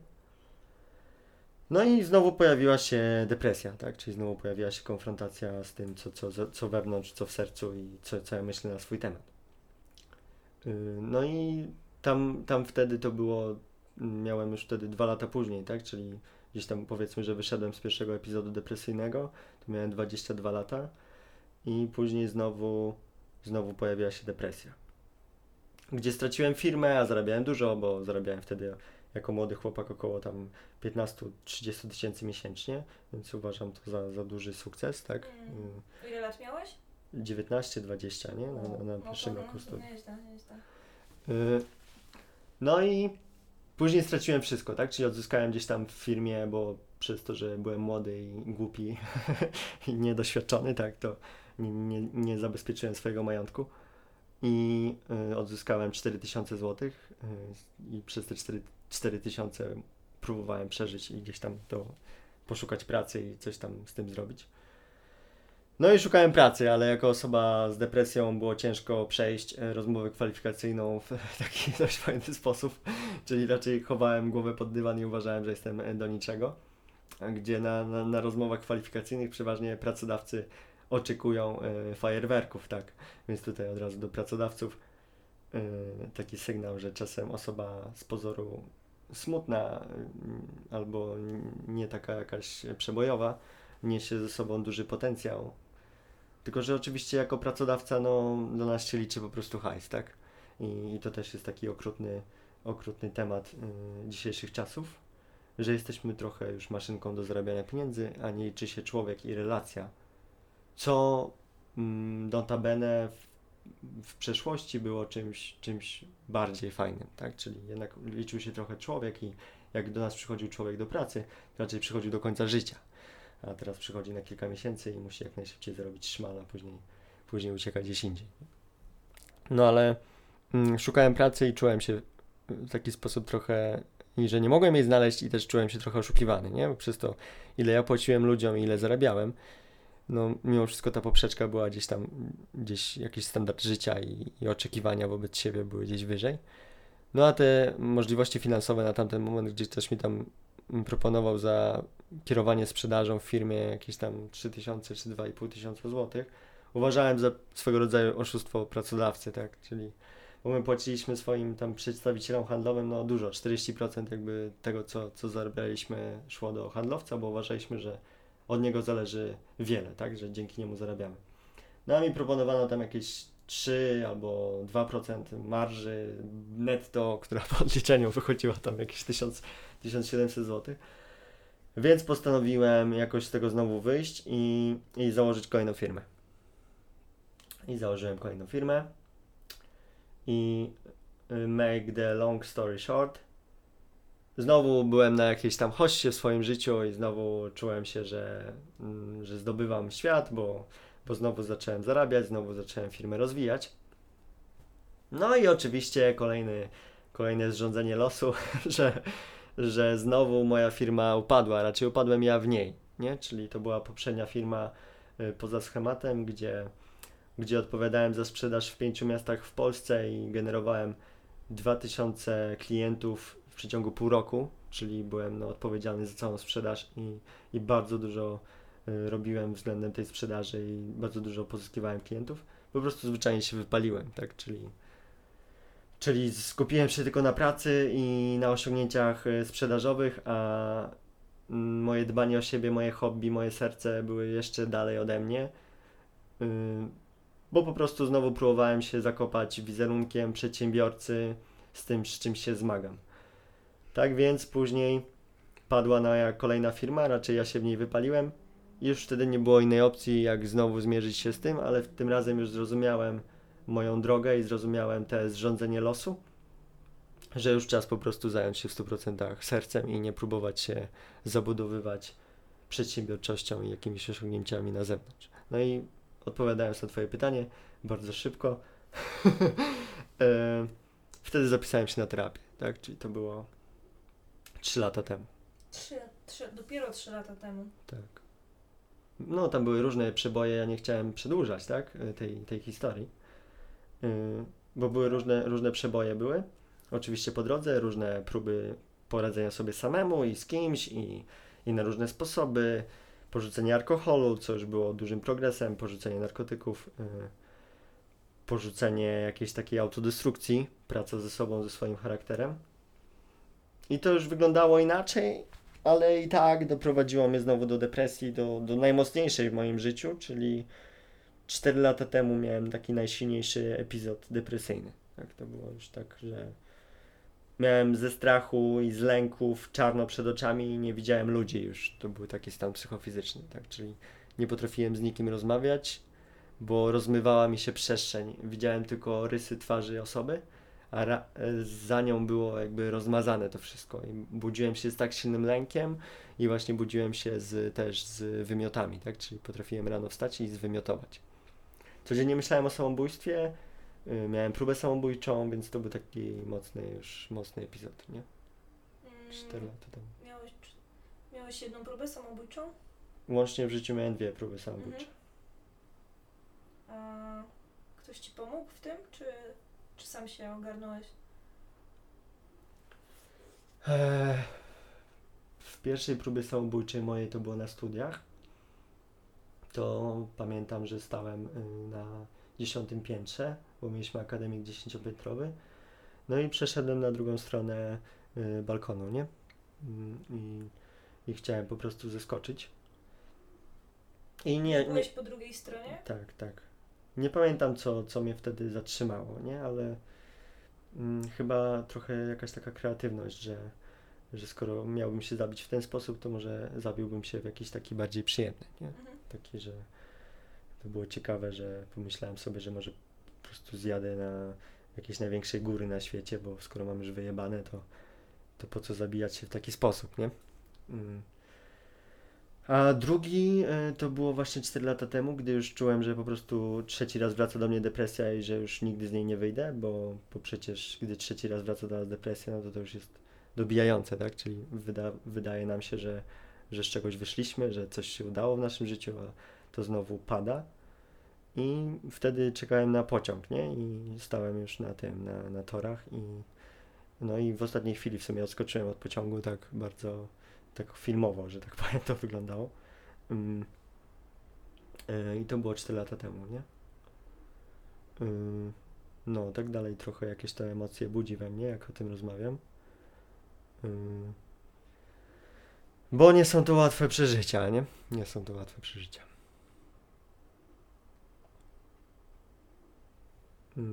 No i znowu pojawiła się depresja, tak? Czyli znowu pojawiła się konfrontacja z tym, co, co, co wewnątrz, co w sercu i co, co ja myślę na swój temat. Yy, No i tam, tam wtedy to było, miałem już wtedy dwa lata później, tak? Czyli gdzieś tam powiedzmy, że wyszedłem z pierwszego epizodu depresyjnego, to miałem dwadzieścia dwa lata i później znowu, znowu pojawiła się depresja. gdzie straciłem firmę, a zarabiałem dużo, bo zarabiałem wtedy jako młody chłopak około tam piętnaście do trzydziestu tysięcy miesięcznie, więc uważam to za, za duży sukces, tak?
Mm. Ile lat miałeś?
dziewiętnaście dwadzieścia, nie? Na, na, na
no
pierwszym
to,
roku
no,
studiów.
nieźle, nieźle.
Y, No i później straciłem wszystko, tak? Czyli odzyskałem gdzieś tam w firmie, bo przez to, że byłem młody i głupi i niedoświadczony, tak, to nie, nie, nie zabezpieczyłem swojego majątku. I y, odzyskałem cztery tysiące złotych y, i przez te cztery tysiące próbowałem przeżyć i gdzieś tam to poszukać pracy i coś tam z tym zrobić. No i szukałem pracy, ale jako osoba z depresją było ciężko przejść e, rozmowę kwalifikacyjną w taki dość fajny sposób, czyli raczej chowałem głowę pod dywan i uważałem, że jestem e, do niczego, a gdzie na, na, na rozmowach kwalifikacyjnych przeważnie pracodawcy oczekują e, fajerwerków, tak, więc tutaj od razu do pracodawców e, taki sygnał, że czasem osoba z pozoru smutna e, albo nie taka jakaś przebojowa niesie ze sobą duży potencjał. Tylko że oczywiście jako pracodawca, no, do nas się liczy po prostu hajs, tak? I, i to też jest taki okrutny, okrutny temat y, dzisiejszych czasów, że jesteśmy trochę już maszynką do zarabiania pieniędzy, a nie liczy się człowiek i relacja. Co mm, notabene w, w przeszłości było czymś, czymś bardziej fajnym, tak? Czyli jednak liczył się trochę człowiek i jak do nas przychodził człowiek do pracy, to raczej przychodził do końca życia. A teraz przychodzi na kilka miesięcy i musi jak najszybciej zarobić szmal, a później, później ucieka gdzieś indziej. No ale mm, szukałem pracy i czułem się w taki sposób trochę, i że nie mogłem jej znaleźć i też czułem się trochę oszukiwany, nie? Bo przez to, ile ja płaciłem ludziom i ile zarabiałem, no mimo wszystko ta poprzeczka była gdzieś tam, gdzieś jakiś standard życia i, i oczekiwania wobec siebie były gdzieś wyżej. No a te możliwości finansowe na tamten moment, gdzieś też mi tam proponował za kierowanie sprzedażą w firmie jakieś tam trzy tysiące czy dwa i pół tysiąca złotych, uważałem za swego rodzaju oszustwo pracodawcy, tak, czyli bo my płaciliśmy swoim tam przedstawicielom handlowym no dużo, czterdzieści procent jakby tego, co, co zarabialiśmy szło do handlowca, bo uważaliśmy, że od niego zależy wiele, tak, że dzięki niemu zarabiamy. No a mi proponowano tam jakieś trzy albo dwa procent marży netto, która po odliczeniu wychodziła tam jakieś tysiąc, tysiąc siedemset złotych. Więc postanowiłem jakoś z tego znowu wyjść i, i założyć kolejną firmę. I założyłem kolejną firmę. I make the long story short, znowu byłem na jakiejś tam hoście w swoim życiu i znowu czułem się, że, że zdobywam świat, bo, bo znowu zacząłem zarabiać, znowu zacząłem firmę rozwijać. No i oczywiście kolejny, kolejne zrządzenie losu, że, że znowu moja firma upadła, raczej upadłem ja w niej, nie? Czyli to była poprzednia firma y, poza schematem, gdzie, gdzie odpowiadałem za sprzedaż w pięciu miastach w Polsce i generowałem dwa tysiące klientów w przeciągu pół roku, czyli byłem no, odpowiedzialny za całą sprzedaż i, i bardzo dużo y, robiłem względem tej sprzedaży i bardzo dużo pozyskiwałem klientów. Po prostu zwyczajnie się wypaliłem, tak, czyli Czyli skupiłem się tylko na pracy i na osiągnięciach sprzedażowych, a moje dbanie o siebie, moje hobby, moje serce były jeszcze dalej ode mnie, bo po prostu znowu próbowałem się zakopać wizerunkiem przedsiębiorcy z tym, z czym się zmagam. Tak więc później padła moja kolejna firma, raczej ja się w niej wypaliłem. Już wtedy nie było innej opcji, jak znowu zmierzyć się z tym, ale tym razem już zrozumiałem moją drogę i zrozumiałem te zrządzenie losu, że już czas po prostu zająć się w stu procentach sercem i nie próbować się zabudowywać przedsiębiorczością i jakimiś osiągnięciami na zewnątrz. No i odpowiadając na twoje pytanie, bardzo szybko, e, wtedy zapisałem się na terapię, tak? Czyli to było trzy lata temu.
Trzy, trzy, dopiero trzy lata temu.
Tak. No tam były różne przeboje, ja nie chciałem przedłużać, tak? Tej, tej historii. Yy, bo były różne, różne przeboje były, oczywiście po drodze, różne próby poradzenia sobie samemu i z kimś i, i na różne sposoby, porzucenie alkoholu, co już było dużym progresem, porzucenie narkotyków, yy, porzucenie jakiejś takiej autodestrukcji, praca ze sobą, ze swoim charakterem i to już wyglądało inaczej, ale i tak doprowadziło mnie znowu do depresji, do, do najmocniejszej w moim życiu, czyli cztery lata temu miałem taki najsilniejszy epizod depresyjny. Tak, to było już tak, że miałem ze strachu i z lęków czarno przed oczami i nie widziałem ludzi już. To był taki stan psychofizyczny, tak, czyli nie potrafiłem z nikim rozmawiać, bo rozmywała mi się przestrzeń. Widziałem tylko rysy twarzy osoby, a ra- za nią było jakby rozmazane to wszystko. I budziłem się z tak silnym lękiem i właśnie budziłem się z, też z wymiotami, tak? Czyli potrafiłem rano wstać i zwymiotować. Codziennie myślałem o samobójstwie, y, miałem próbę samobójczą, więc to był taki mocny już, mocny epizod, nie? Cztery lata temu.
Miałeś, miałeś jedną próbę samobójczą?
Łącznie w życiu miałem dwie próby samobójcze.
Mhm. A ktoś ci pomógł w tym, czy, czy sam się ogarnąłeś?
Eee, w pierwszej próbie samobójczej mojej to było na studiach. To pamiętam, że stałem y, na dziesiątym piętrze, bo mieliśmy akademik dziesięciopiętrowy. No i przeszedłem na drugą stronę y, balkonu, nie? Mm, I, I chciałem po prostu zeskoczyć. I nie, nie,
Byłeś po drugiej stronie?
tak, tak. Nie pamiętam, co, co mnie wtedy zatrzymało, nie? Ale mm, chyba trochę jakaś taka kreatywność, że, że skoro miałbym się zabić w ten sposób, to może zabiłbym się w jakiś taki bardziej przyjemny, nie?
Mhm.
Taki, że to było ciekawe, że pomyślałem sobie, że może po prostu zjadę na jakieś największej góry na świecie, bo skoro mam już wyjebane, to, to po co zabijać się w taki sposób, nie? Mm. A drugi y, to było właśnie cztery lata temu, gdy już czułem, że po prostu trzeci raz wraca do mnie depresja i że już nigdy z niej nie wyjdę, bo, bo przecież gdy trzeci raz wraca do nas depresja, no to to już jest dobijające, tak? Czyli wyda, wydaje nam się, że, że z czegoś wyszliśmy, że coś się udało w naszym życiu, a to znowu pada. I wtedy czekałem na pociąg, nie? I stałem już na tym, na, na torach i no i w ostatniej chwili w sumie odskoczyłem od pociągu tak bardzo tak filmowo, że tak powiem, to wyglądało. Ym, yy, I to było cztery lata temu, nie? Yy, no, tak dalej trochę jakieś te emocje budzi we mnie, jak o tym rozmawiam. Yy, bo nie są to łatwe przeżycia, nie? Nie są to łatwe przeżycia. Yy.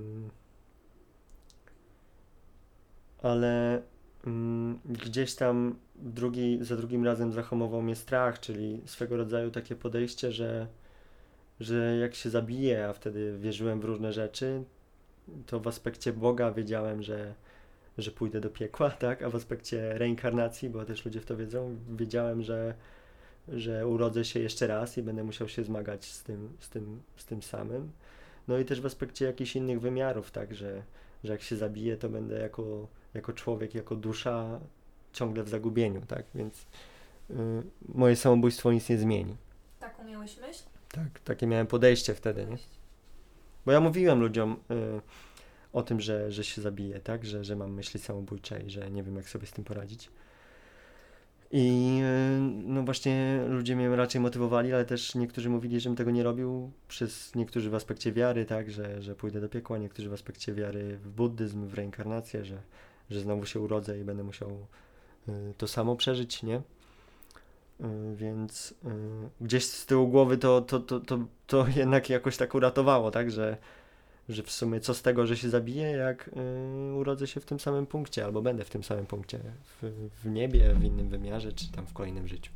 Ale mm, gdzieś tam drugi, za drugim razem zahamował mnie strach, czyli swego rodzaju takie podejście, że, że jak się zabiję, a wtedy wierzyłem w różne rzeczy, to w aspekcie Boga wiedziałem, że, że pójdę do piekła, tak? A w aspekcie reinkarnacji, bo też ludzie w to wiedzą, wiedziałem, że, że urodzę się jeszcze raz i będę musiał się zmagać z tym, z tym, z tym samym. No i też w aspekcie jakichś innych wymiarów, tak? Że, że jak się zabiję, to będę jako jako człowiek, jako dusza ciągle w zagubieniu, tak? Więc y, moje samobójstwo nic nie zmieni.
Taką miałeś myśl?
Tak, takie miałem podejście wtedy, nie? Bo ja mówiłem ludziom y, o tym, że, że się zabiję, tak? Że, że mam myśli samobójcze i że nie wiem, jak sobie z tym poradzić. I y, no właśnie ludzie mnie raczej motywowali, ale też niektórzy mówili, żebym tego nie robił, przez niektórzy w aspekcie wiary, tak? Że, że pójdę do piekła, niektórzy w aspekcie wiary w buddyzm, w reinkarnację, że że znowu się urodzę i będę musiał y, to samo przeżyć, nie? Y, więc y, gdzieś z tyłu głowy to, to, to, to, to jednak jakoś tak uratowało, tak? Że, że w sumie co z tego, że się zabiję, jak y, urodzę się w tym samym punkcie, albo będę w tym samym punkcie, w, w niebie, w innym wymiarze, czy tam w kolejnym życiu.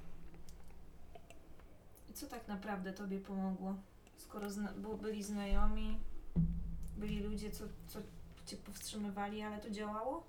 I co tak naprawdę tobie pomogło? Skoro zna- bo byli znajomi, byli ludzie, co, co cię powstrzymywali, ale to działało?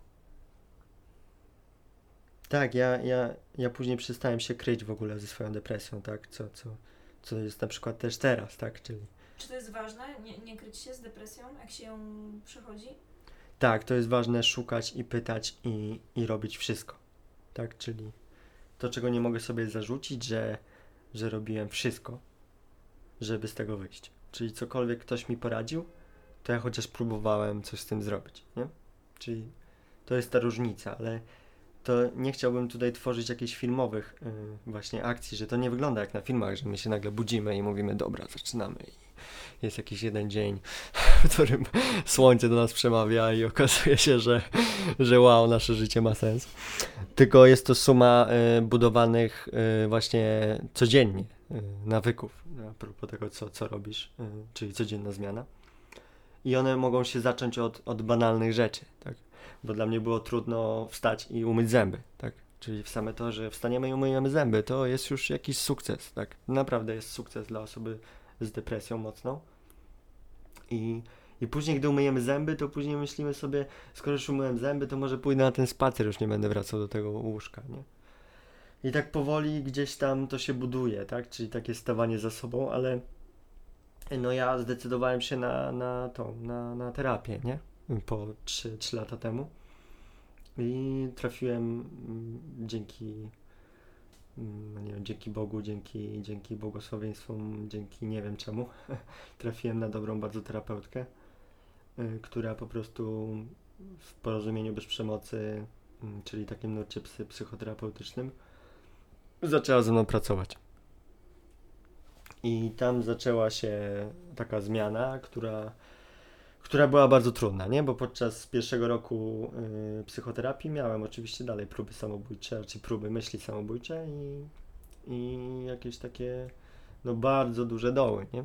Tak, ja, ja, ja później przestałem się kryć w ogóle ze swoją depresją, tak? Co, co, co jest na przykład też teraz, tak? Czyli
Czy to jest ważne, nie, nie kryć się z depresją, jak się ją przechodzi?
tak, to jest ważne szukać i pytać i, i robić wszystko, tak? Czyli to, czego nie mogę sobie zarzucić, że, że robiłem wszystko, żeby z tego wyjść. Czyli cokolwiek ktoś mi poradził, to ja chociaż próbowałem coś z tym zrobić, nie? Czyli to jest ta różnica, ale to nie chciałbym tutaj tworzyć jakichś filmowych yy, właśnie akcji, że to nie wygląda jak na filmach, że my się nagle budzimy i mówimy, dobra, zaczynamy i jest jakiś jeden dzień, w którym słońce do nas przemawia i okazuje się, że, że wow, nasze życie ma sens. Tylko jest to suma y, budowanych y, właśnie codziennie y, nawyków, a propos tego, co, co robisz, y, czyli codzienna zmiana. I one mogą się zacząć od, od banalnych rzeczy, tak? Bo dla mnie było trudno wstać i umyć zęby, tak? Czyli same to, że wstaniemy i umyjemy zęby, to jest już jakiś sukces, tak? Naprawdę jest sukces dla osoby z depresją mocną. I, i później, gdy umyjemy zęby, to później myślimy sobie, skoro już umyłem zęby, to może pójdę na ten spacer, już nie będę wracał do tego łóżka, nie? I tak powoli gdzieś tam to się buduje, tak? Czyli takie stawanie za sobą, ale no ja zdecydowałem się na, na tą, na, na terapię, nie? Po trzy lata temu. I trafiłem mm, dzięki, mm, nie wiem, dzięki Bogu, dzięki, dzięki błogosławieństwom, dzięki nie wiem czemu, trafiłem na dobrą bardzo terapeutkę, y, która po prostu w porozumieniu bez przemocy, y, czyli takim nurcie psy, psychoterapeutycznym, zaczęła ze mną pracować. I tam zaczęła się taka zmiana, która, która była bardzo trudna, nie? Bo podczas pierwszego roku y, psychoterapii miałem oczywiście dalej próby samobójcze, czy próby myśli samobójcze i, i jakieś takie no bardzo duże doły, nie?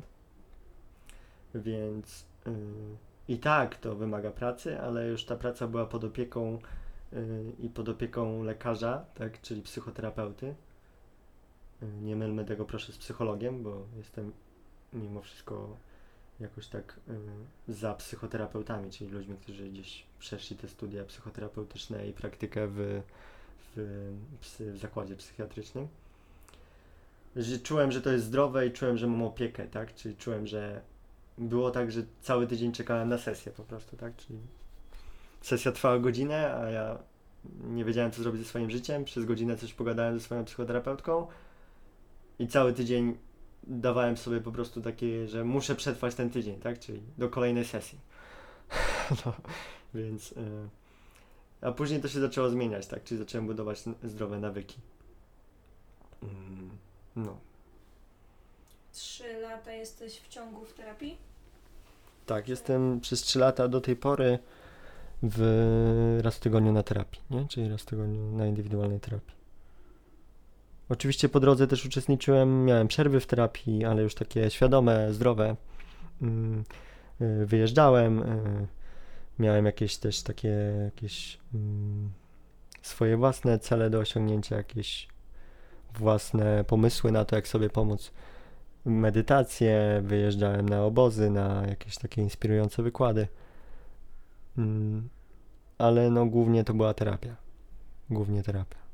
Więc y, i tak to wymaga pracy, ale już ta praca była pod opieką y, i pod opieką lekarza, tak? Czyli psychoterapeuty. Nie mylmy tego proszę z psychologiem, bo jestem mimo wszystko jakoś tak y, za psychoterapeutami, czyli ludźmi, którzy gdzieś przeszli te studia psychoterapeutyczne i praktykę w, w, psy, w zakładzie psychiatrycznym. Że czułem, że to jest zdrowe i czułem, że mam opiekę, tak? Czyli czułem, że było tak, że cały tydzień czekałem na sesję po prostu, tak? Czyli sesja trwała godzinę, a ja nie wiedziałem, co zrobić ze swoim życiem. Przez godzinę coś pogadałem ze swoją psychoterapeutką. I cały tydzień dawałem sobie po prostu takie, że muszę przetrwać ten tydzień, tak? Czyli do kolejnej sesji. No, więc... Yy. A później to się zaczęło zmieniać, tak? Czyli zacząłem budować zdrowe nawyki. Yy. No.
Trzy lata jesteś w ciągu w terapii?
Tak, jestem przez trzy lata do tej pory w raz w tygodniu na terapii, nie? Czyli raz w tygodniu na indywidualnej terapii. Oczywiście po drodze też uczestniczyłem, miałem przerwy w terapii, ale już takie świadome, zdrowe. Wyjeżdżałem, miałem jakieś też takie jakieś swoje własne cele do osiągnięcia, jakieś własne pomysły na to, jak sobie pomóc. Medytacje, wyjeżdżałem na obozy, na jakieś takie inspirujące wykłady. Ale no głównie to była terapia. Głównie terapia.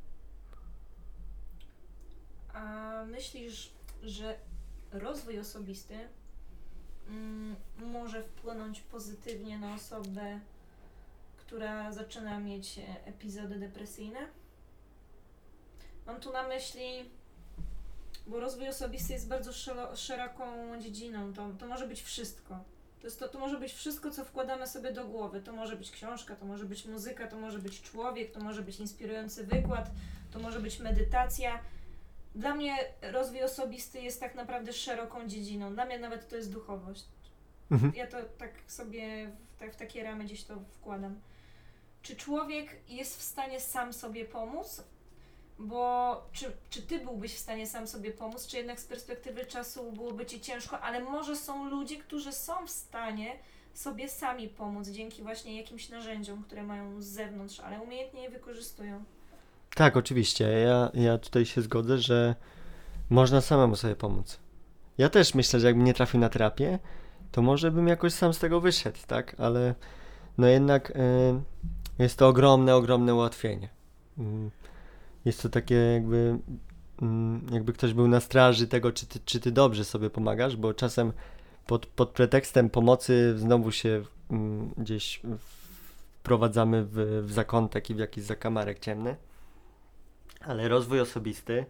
Myślisz, że rozwój osobisty mm, może wpłynąć pozytywnie na osobę, która zaczyna mieć epizody depresyjne? Mam tu na myśli, bo rozwój osobisty jest bardzo szelo, szeroką dziedziną, to, to może być wszystko. To, jest to, to może być wszystko, co wkładamy sobie do głowy. To może być książka, to może być muzyka, to może być człowiek, to może być inspirujący wykład, to może być medytacja. Dla mnie rozwój osobisty jest tak naprawdę szeroką dziedziną. Dla mnie nawet to jest duchowość. Mhm. Ja to tak sobie w, tak, w takie ramy gdzieś to wkładam. Czy człowiek jest w stanie sam sobie pomóc? Bo czy, czy ty byłbyś w stanie sam sobie pomóc, czy jednak z perspektywy czasu byłoby ci ciężko, ale może są ludzie, którzy są w stanie sobie sami pomóc dzięki właśnie jakimś narzędziom, które mają z zewnątrz, ale umiejętnie je wykorzystują.
Tak, oczywiście. Ja, ja tutaj się zgodzę, że można samemu sobie pomóc. Ja też myślę, że jakbym nie trafił na terapię, to może bym jakoś sam z tego wyszedł, tak? Ale no jednak y, jest to ogromne, ogromne ułatwienie. Y, jest to takie jakby, y, jakby ktoś był na straży tego, czy ty, czy ty dobrze sobie pomagasz, bo czasem pod, pod pretekstem pomocy znowu się y, gdzieś wprowadzamy w, w zakątek i w jakiś zakamarek ciemny. Ale rozwój osobisty,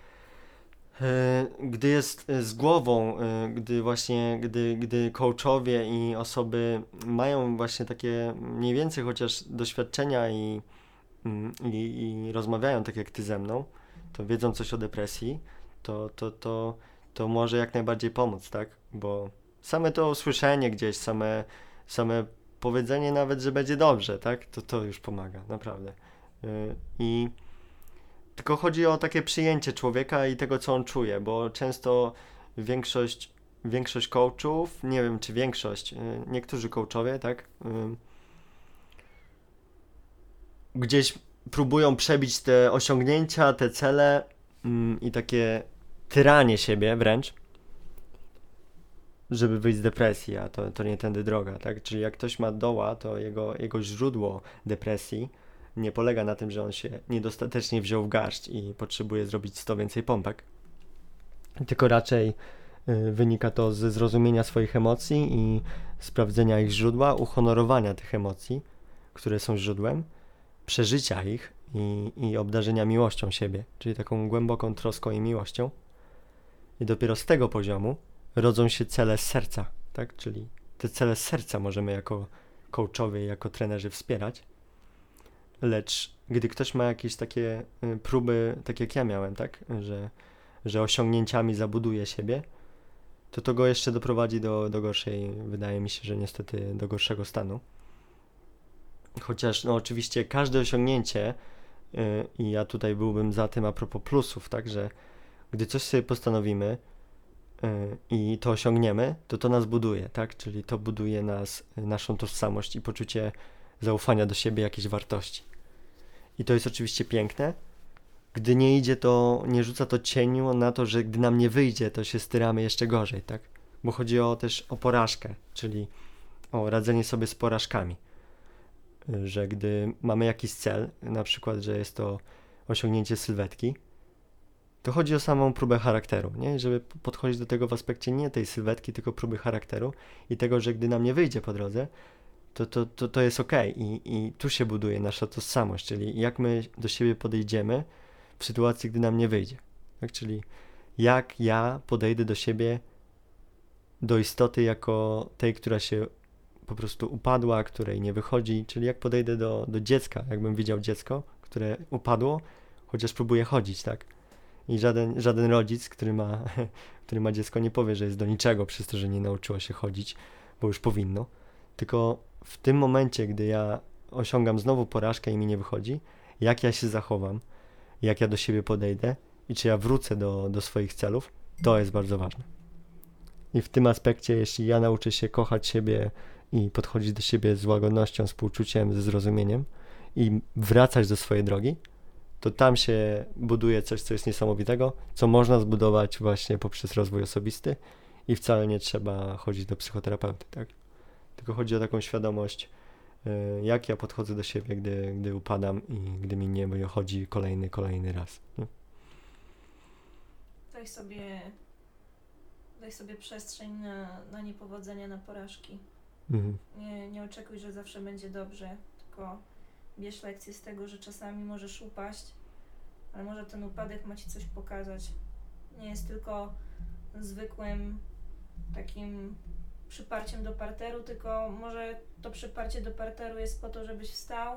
gdy jest z głową, gdy właśnie, gdy, gdy coachowie i osoby mają właśnie takie mniej więcej chociaż doświadczenia i, i, i rozmawiają tak jak ty ze mną, to wiedzą coś o depresji, to, to, to, to może jak najbardziej pomóc, tak? Bo same to usłyszenie gdzieś, same, same powiedzenie nawet, że będzie dobrze, tak? To to już pomaga, naprawdę. I tylko chodzi o takie przyjęcie człowieka i tego, co on czuje, bo często większość większość coachów, nie wiem czy większość, niektórzy coachowie, tak, gdzieś próbują przebić te osiągnięcia, te cele i takie tyranie siebie wręcz, żeby wyjść z depresji, a to, to nie tędy droga, tak? Czyli jak ktoś ma doła, to jego, jego źródło depresji nie polega na tym, że on się niedostatecznie wziął w garść i potrzebuje zrobić sto więcej pompek, tylko raczej y, wynika to ze zrozumienia swoich emocji i sprawdzenia ich źródła, uhonorowania tych emocji, które są źródłem, przeżycia ich i, i obdarzenia miłością siebie, czyli taką głęboką troską i miłością. I dopiero z tego poziomu rodzą się cele z serca, tak? Czyli te cele z serca możemy jako coachowie, jako trenerzy wspierać. Lecz gdy ktoś ma jakieś takie próby, tak jak ja miałem, tak? Że, że osiągnięciami zabuduje siebie, to to go jeszcze doprowadzi do, do gorszej, wydaje mi się, że niestety do gorszego stanu. Chociaż no oczywiście każde osiągnięcie yy, i ja tutaj byłbym za tym a propos plusów, tak? Że gdy coś sobie postanowimy yy, i to osiągniemy, to to nas buduje, tak? Czyli to buduje nas, naszą tożsamość i poczucie zaufania do siebie, jakiejś wartości. I to jest oczywiście piękne. Gdy nie idzie, to nie rzuca to cieniu na to, że gdy nam nie wyjdzie, to się styramy jeszcze gorzej, tak? Bo chodzi o też o porażkę, czyli o radzenie sobie z porażkami. Że gdy mamy jakiś cel, na przykład, że jest to osiągnięcie sylwetki, to chodzi o samą próbę charakteru, nie? Żeby podchodzić do tego w aspekcie nie tej sylwetki, tylko próby charakteru i tego, że gdy nam nie wyjdzie po drodze, to, to, to, to jest okej. I, i tu się buduje nasza tożsamość, czyli jak my do siebie podejdziemy w sytuacji, gdy nam nie wyjdzie. Tak? Czyli jak ja podejdę do siebie, do istoty jako tej, która się po prostu upadła, której nie wychodzi, czyli jak podejdę do, do dziecka, jakbym widział dziecko, które upadło, chociaż próbuje chodzić, tak? I żaden, żaden rodzic, który ma, który ma dziecko, nie powie, że jest do niczego przez to, że nie nauczyło się chodzić, bo już powinno. Tylko w tym momencie, gdy ja osiągam znowu porażkę i mi nie wychodzi, jak ja się zachowam, jak ja do siebie podejdę i czy ja wrócę do, do swoich celów, to jest bardzo ważne. I w tym aspekcie, jeśli ja nauczę się kochać siebie i podchodzić do siebie z łagodnością, współczuciem, ze zrozumieniem i wracać do swojej drogi, to tam się buduje coś, co jest niesamowitego, co można zbudować właśnie poprzez rozwój osobisty i wcale nie trzeba chodzić do psychoterapeuty, tak? Tylko chodzi o taką świadomość, jak ja podchodzę do siebie, gdy, gdy upadam i gdy mi nie wychodzi kolejny, kolejny raz. Nie?
Daj sobie, daj sobie przestrzeń na, na niepowodzenia, na porażki. Mhm. Nie, nie oczekuj, że zawsze będzie dobrze, tylko bierz lekcję z tego, że czasami możesz upaść, ale może ten upadek ma ci coś pokazać. Nie jest tylko zwykłym takim przyparciem do parteru, tylko może to przyparcie do parteru jest po to, żebyś wstał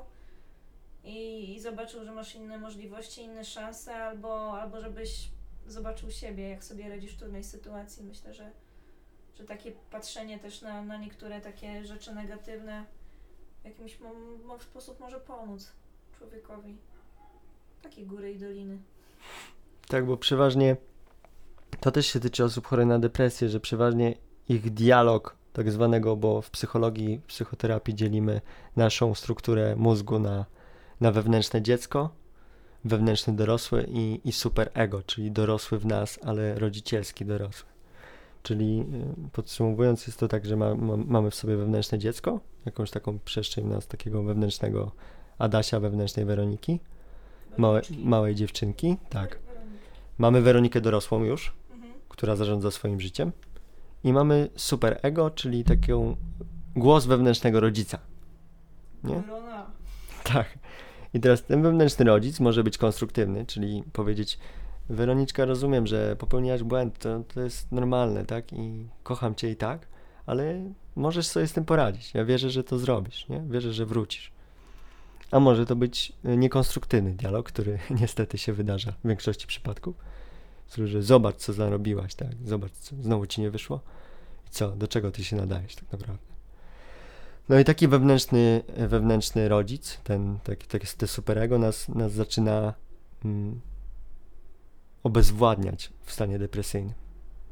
i, i zobaczył, że masz inne możliwości, inne szanse, albo, albo żebyś zobaczył siebie, jak sobie radzisz w trudnej sytuacji. Myślę, że, że takie patrzenie też na, na niektóre takie rzeczy negatywne w jakimś m- m- sposób może pomóc człowiekowi. Takie góry i doliny.
Tak, bo przeważnie to też się tyczy osób chorych na depresję, że przeważnie ich dialog tak zwanego, bo w psychologii, w psychoterapii dzielimy naszą strukturę mózgu na, na wewnętrzne dziecko, wewnętrzny dorosły i, i superego, czyli dorosły w nas, ale rodzicielski dorosły. Czyli podsumowując, jest to tak, że ma, ma, mamy w sobie wewnętrzne dziecko, jakąś taką przestrzeń w nas, takiego wewnętrznego Adasia, wewnętrznej Weroniki, małe, małej dziewczynki, tak. Mamy Weronikę dorosłą już, mhm. która zarządza swoim życiem. I mamy superego, czyli taką głos wewnętrznego rodzica. Nie? Tak. I teraz ten wewnętrzny rodzic może być konstruktywny, czyli powiedzieć: Weroniczka, rozumiem, że popełniłaś błęd, to, to jest normalne, tak? I kocham cię i tak, ale możesz sobie z tym poradzić. Ja wierzę, że to zrobisz, nie? Wierzę, że wrócisz. A może to być niekonstruktywny dialog, który niestety się wydarza w większości przypadków. Że zobacz, co zarobiłaś, tak? Zobacz, co znowu ci nie wyszło. I co? Do czego ty się nadajesz tak naprawdę? No i taki wewnętrzny, wewnętrzny rodzic, ten, taki, taki ten superego nas, nas zaczyna mm, obezwładniać w stanie depresyjnym.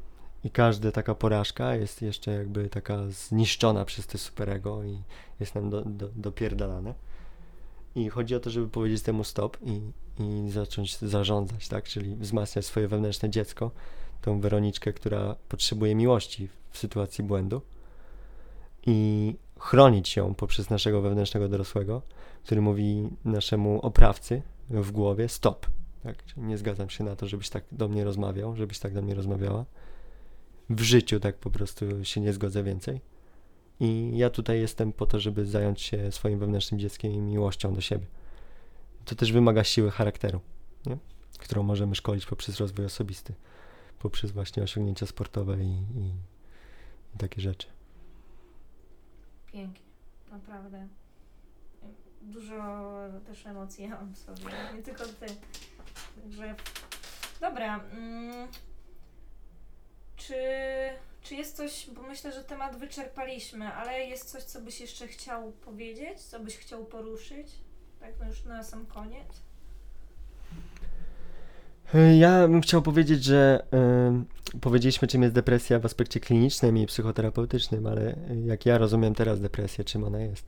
i każda taka porażka jest jeszcze jakby taka zniszczona przez te superego i jest nam do, do, dopierdalane. I chodzi o to, żeby powiedzieć temu stop i, i zacząć zarządzać, tak? Czyli wzmacniać swoje wewnętrzne dziecko, tą Weroniczkę, która potrzebuje miłości w sytuacji błędu i chronić ją poprzez naszego wewnętrznego dorosłego, który mówi naszemu oprawcy w głowie stop. Tak? Czyli nie zgadzam się na to, żebyś tak do mnie rozmawiał, żebyś tak do mnie rozmawiała. W życiu tak po prostu się nie zgodzę więcej. I ja tutaj jestem po to, żeby zająć się swoim wewnętrznym dzieckiem i miłością do siebie. To też wymaga siły charakteru, nie? Którą możemy szkolić poprzez rozwój osobisty, poprzez właśnie osiągnięcia sportowe i, i, i takie rzeczy.
Pięknie, naprawdę. Dużo też emocji ja mam w sobie, nie tylko ty. Także dobra. Mm, czy, czy jest coś, bo myślę, że temat wyczerpaliśmy, ale jest coś, co byś jeszcze chciał powiedzieć, co byś chciał poruszyć? Tak, no już na sam koniec.
Ja bym chciał powiedzieć, że y, powiedzieliśmy, czym jest depresja w aspekcie klinicznym i psychoterapeutycznym, ale jak ja rozumiem teraz depresję, czym ona jest.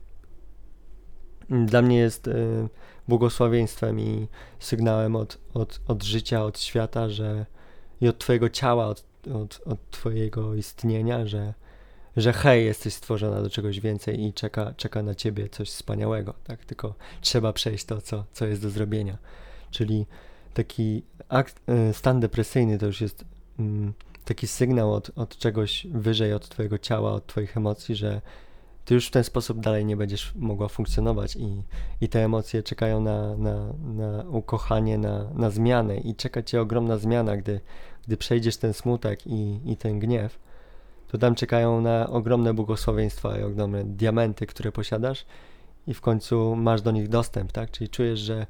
Dla mnie jest y, błogosławieństwem i sygnałem od, od, od życia, od świata, że i od twojego ciała, od, od, od twojego istnienia, że, że hej, jesteś stworzona do czegoś więcej i czeka, czeka na ciebie coś wspaniałego, tak? Tylko trzeba przejść to, co, co jest do zrobienia. Czyli taki akt, y, stan depresyjny to już jest y, taki sygnał od, od czegoś wyżej, od twojego ciała, od twoich emocji, że ty już w ten sposób dalej nie będziesz mogła funkcjonować i, i te emocje czekają na, na, na ukochanie, na, na zmianę i czeka cię ogromna zmiana, gdy, gdy przejdziesz ten smutek i, i ten gniew, to tam czekają na ogromne błogosławieństwa i ogromne diamenty, które posiadasz i w końcu masz do nich dostęp, tak? Czyli czujesz, że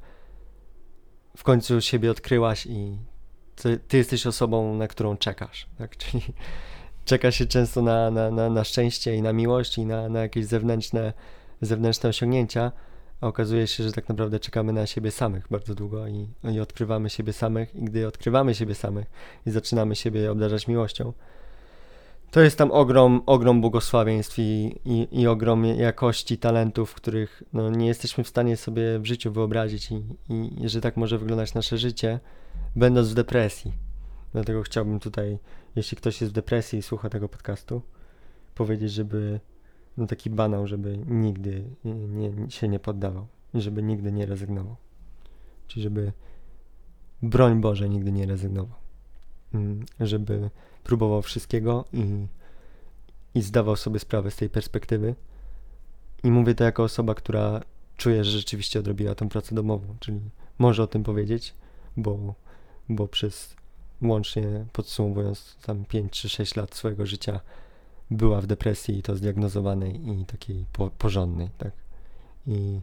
w końcu siebie odkryłaś i ty, ty jesteś osobą, na którą czekasz, tak? Czyli czeka się często na, na, na, na szczęście i na miłość i na, na jakieś zewnętrzne, zewnętrzne osiągnięcia, a okazuje się, że tak naprawdę czekamy na siebie samych bardzo długo i, i odkrywamy siebie samych i gdy odkrywamy siebie samych i zaczynamy siebie obdarzać miłością, to jest tam ogrom, ogrom błogosławieństw i, i, i ogrom jakości talentów, których no, nie jesteśmy w stanie sobie w życiu wyobrazić i, i że tak może wyglądać nasze życie, będąc w depresji. Dlatego chciałbym tutaj, jeśli ktoś jest w depresji i słucha tego podcastu, powiedzieć, żeby, no taki banał, żeby nigdy nie, nie, się nie poddawał i żeby nigdy nie rezygnował. Czyli żeby, broń Boże, nigdy nie rezygnował. Żeby próbował wszystkiego i, i zdawał sobie sprawę z tej perspektywy. I mówię to jako osoba, która czuje, że rzeczywiście odrobiła tę pracę domową, czyli może o tym powiedzieć, bo, bo przez łącznie podsumowując tam pięć czy sześć lat swojego życia była w depresji i to zdiagnozowanej i takiej po, porządnej, tak? I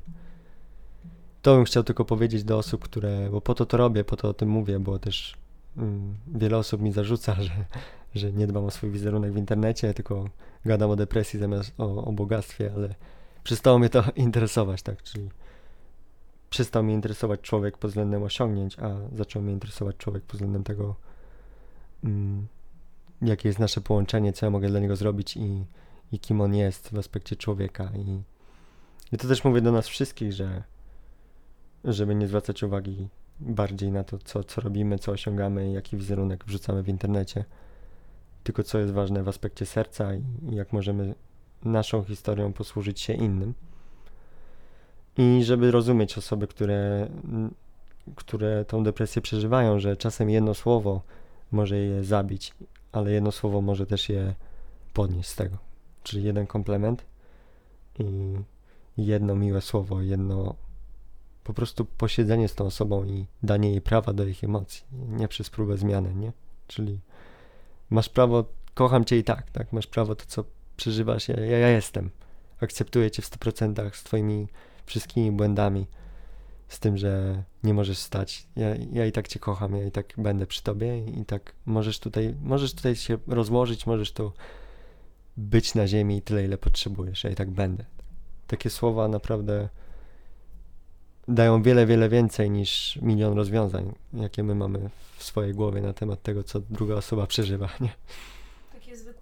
to bym chciał tylko powiedzieć do osób, które, bo po to to robię, po to o tym mówię, bo też um, wiele osób mi zarzuca, że, że nie dbam o swój wizerunek w internecie, tylko gadam o depresji zamiast o, o bogactwie, ale przestało mnie to interesować, tak? Czyli przestał mnie interesować człowiek pod względem osiągnięć, a zaczął mnie interesować człowiek pod względem tego, um, jakie jest nasze połączenie, co ja mogę dla niego zrobić i, i kim on jest w aspekcie człowieka. I, i to też mówię do nas wszystkich, że żeby nie zwracać uwagi bardziej na to, co, co robimy, co osiągamy i jaki wizerunek wrzucamy w internecie, tylko co jest ważne w aspekcie serca i, i jak możemy naszą historią posłużyć się innym. I żeby rozumieć osoby, które, które tą depresję przeżywają, że czasem jedno słowo może je zabić, ale jedno słowo może też je podnieść z tego. Czyli jeden komplement i jedno miłe słowo, jedno po prostu posiedzenie z tą osobą i danie jej prawa do ich emocji, nie przez próbę zmiany, nie? Czyli masz prawo, kocham cię i tak, tak? Masz prawo to, co przeżywasz, ja, ja, ja jestem. Akceptuję cię w stu procentach z twoimi wszystkimi błędami, z tym, że nie możesz stać. Ja, ja i tak cię kocham, ja i tak będę przy tobie i tak możesz tutaj, możesz tutaj się rozłożyć, możesz tu być na ziemi tyle, ile potrzebujesz, ja i tak będę. Takie słowa naprawdę dają wiele, wiele więcej niż milion rozwiązań, jakie my mamy w swojej głowie na temat tego, co druga osoba przeżywa, nie?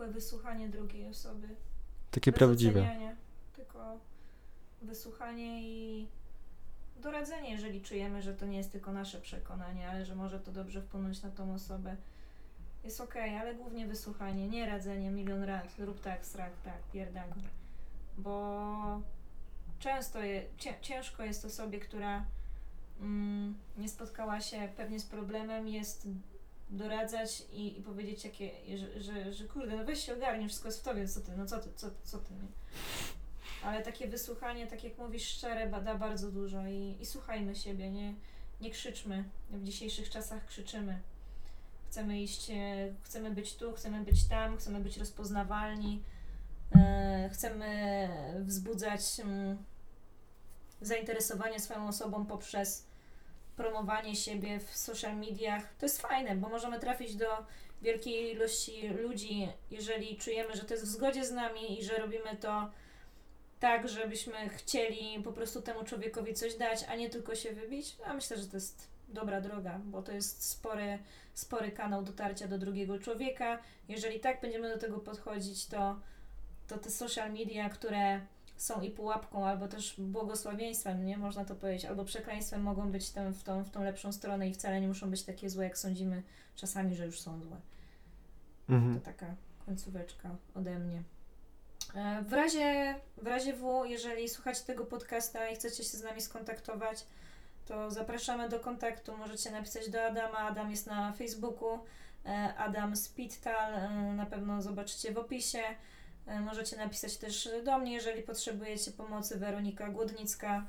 zwykłe wysłuchanie drugiej osoby.
Takie
Bez
prawdziwe.
oceniania, tylko wysłuchanie i doradzenie, jeżeli czujemy, że to nie jest tylko nasze przekonanie, ale że może to dobrze wpłynąć na tą osobę. Jest okej, ale głównie wysłuchanie, nie radzenie milion rad, rób tak, strak, tak, pierdak. Bo często je, cię, ciężko jest osobie, która mm, nie spotkała się pewnie z problemem, jest doradzać i, i powiedzieć, jakie, że, że, że kurde, no weź się ogarnij, wszystko jest w tobie, co ty, no co ty, co, co ty, nie? Ale takie wysłuchanie, tak jak mówisz, szczere, da bardzo dużo i, i słuchajmy siebie, nie, nie krzyczmy. W dzisiejszych czasach krzyczymy. Chcemy iść, e, chcemy być tu, chcemy być tam, chcemy być rozpoznawalni, e, chcemy wzbudzać mm, zainteresowanie swoją osobą poprzez promowanie siebie w social mediach. To jest fajne, bo możemy trafić do wielkiej ilości ludzi, jeżeli czujemy, że to jest w zgodzie z nami i że robimy to tak, żebyśmy chcieli po prostu temu człowiekowi coś dać, a nie tylko się wybić. A myślę, że to jest dobra droga, bo to jest spory, spory kanał dotarcia do drugiego człowieka. Jeżeli tak będziemy do tego podchodzić, to, to te social media, które są i pułapką, albo też błogosławieństwem, nie można to powiedzieć, albo przekleństwem, mogą być tam w tą, w tą lepszą stronę i wcale nie muszą być takie złe, jak sądzimy czasami, że już są złe.
Mhm.
To taka końcóweczka ode mnie. W razie, w razie W, jeżeli słuchacie tego podcasta i chcecie się z nami skontaktować, to zapraszamy do kontaktu. Możecie napisać do Adama. Adam jest na Facebooku. Adam Spital, na pewno zobaczycie w opisie. Możecie napisać też do mnie, jeżeli potrzebujecie pomocy. Weronika Głodnicka.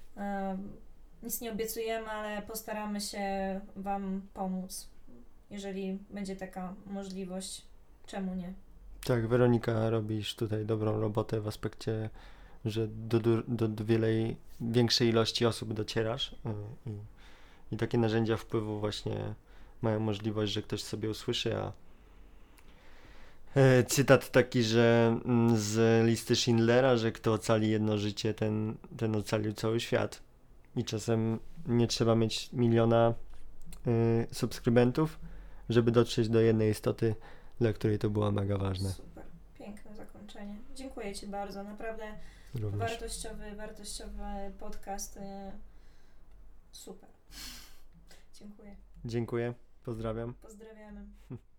Nic nie obiecujemy, ale postaramy się Wam pomóc, jeżeli będzie taka możliwość. Czemu nie?
Tak, Weronika, robisz tutaj dobrą robotę w aspekcie, że do, do, do, do wielej, większej ilości osób docierasz i, i, i takie narzędzia wpływu właśnie mają możliwość, że ktoś sobie usłyszy, a e, cytat taki, że mm, z listy Schindlera, że kto ocali jedno życie, ten, ten ocalił cały świat i czasem nie trzeba mieć miliona y, subskrybentów, żeby dotrzeć do jednej istoty, dla której to było mega ważne.
Super, piękne zakończenie. Dziękuję Ci bardzo, naprawdę
Również.
wartościowy, wartościowy podcast. Super. Dziękuję.
Dziękuję, pozdrawiam.
Pozdrawiamy.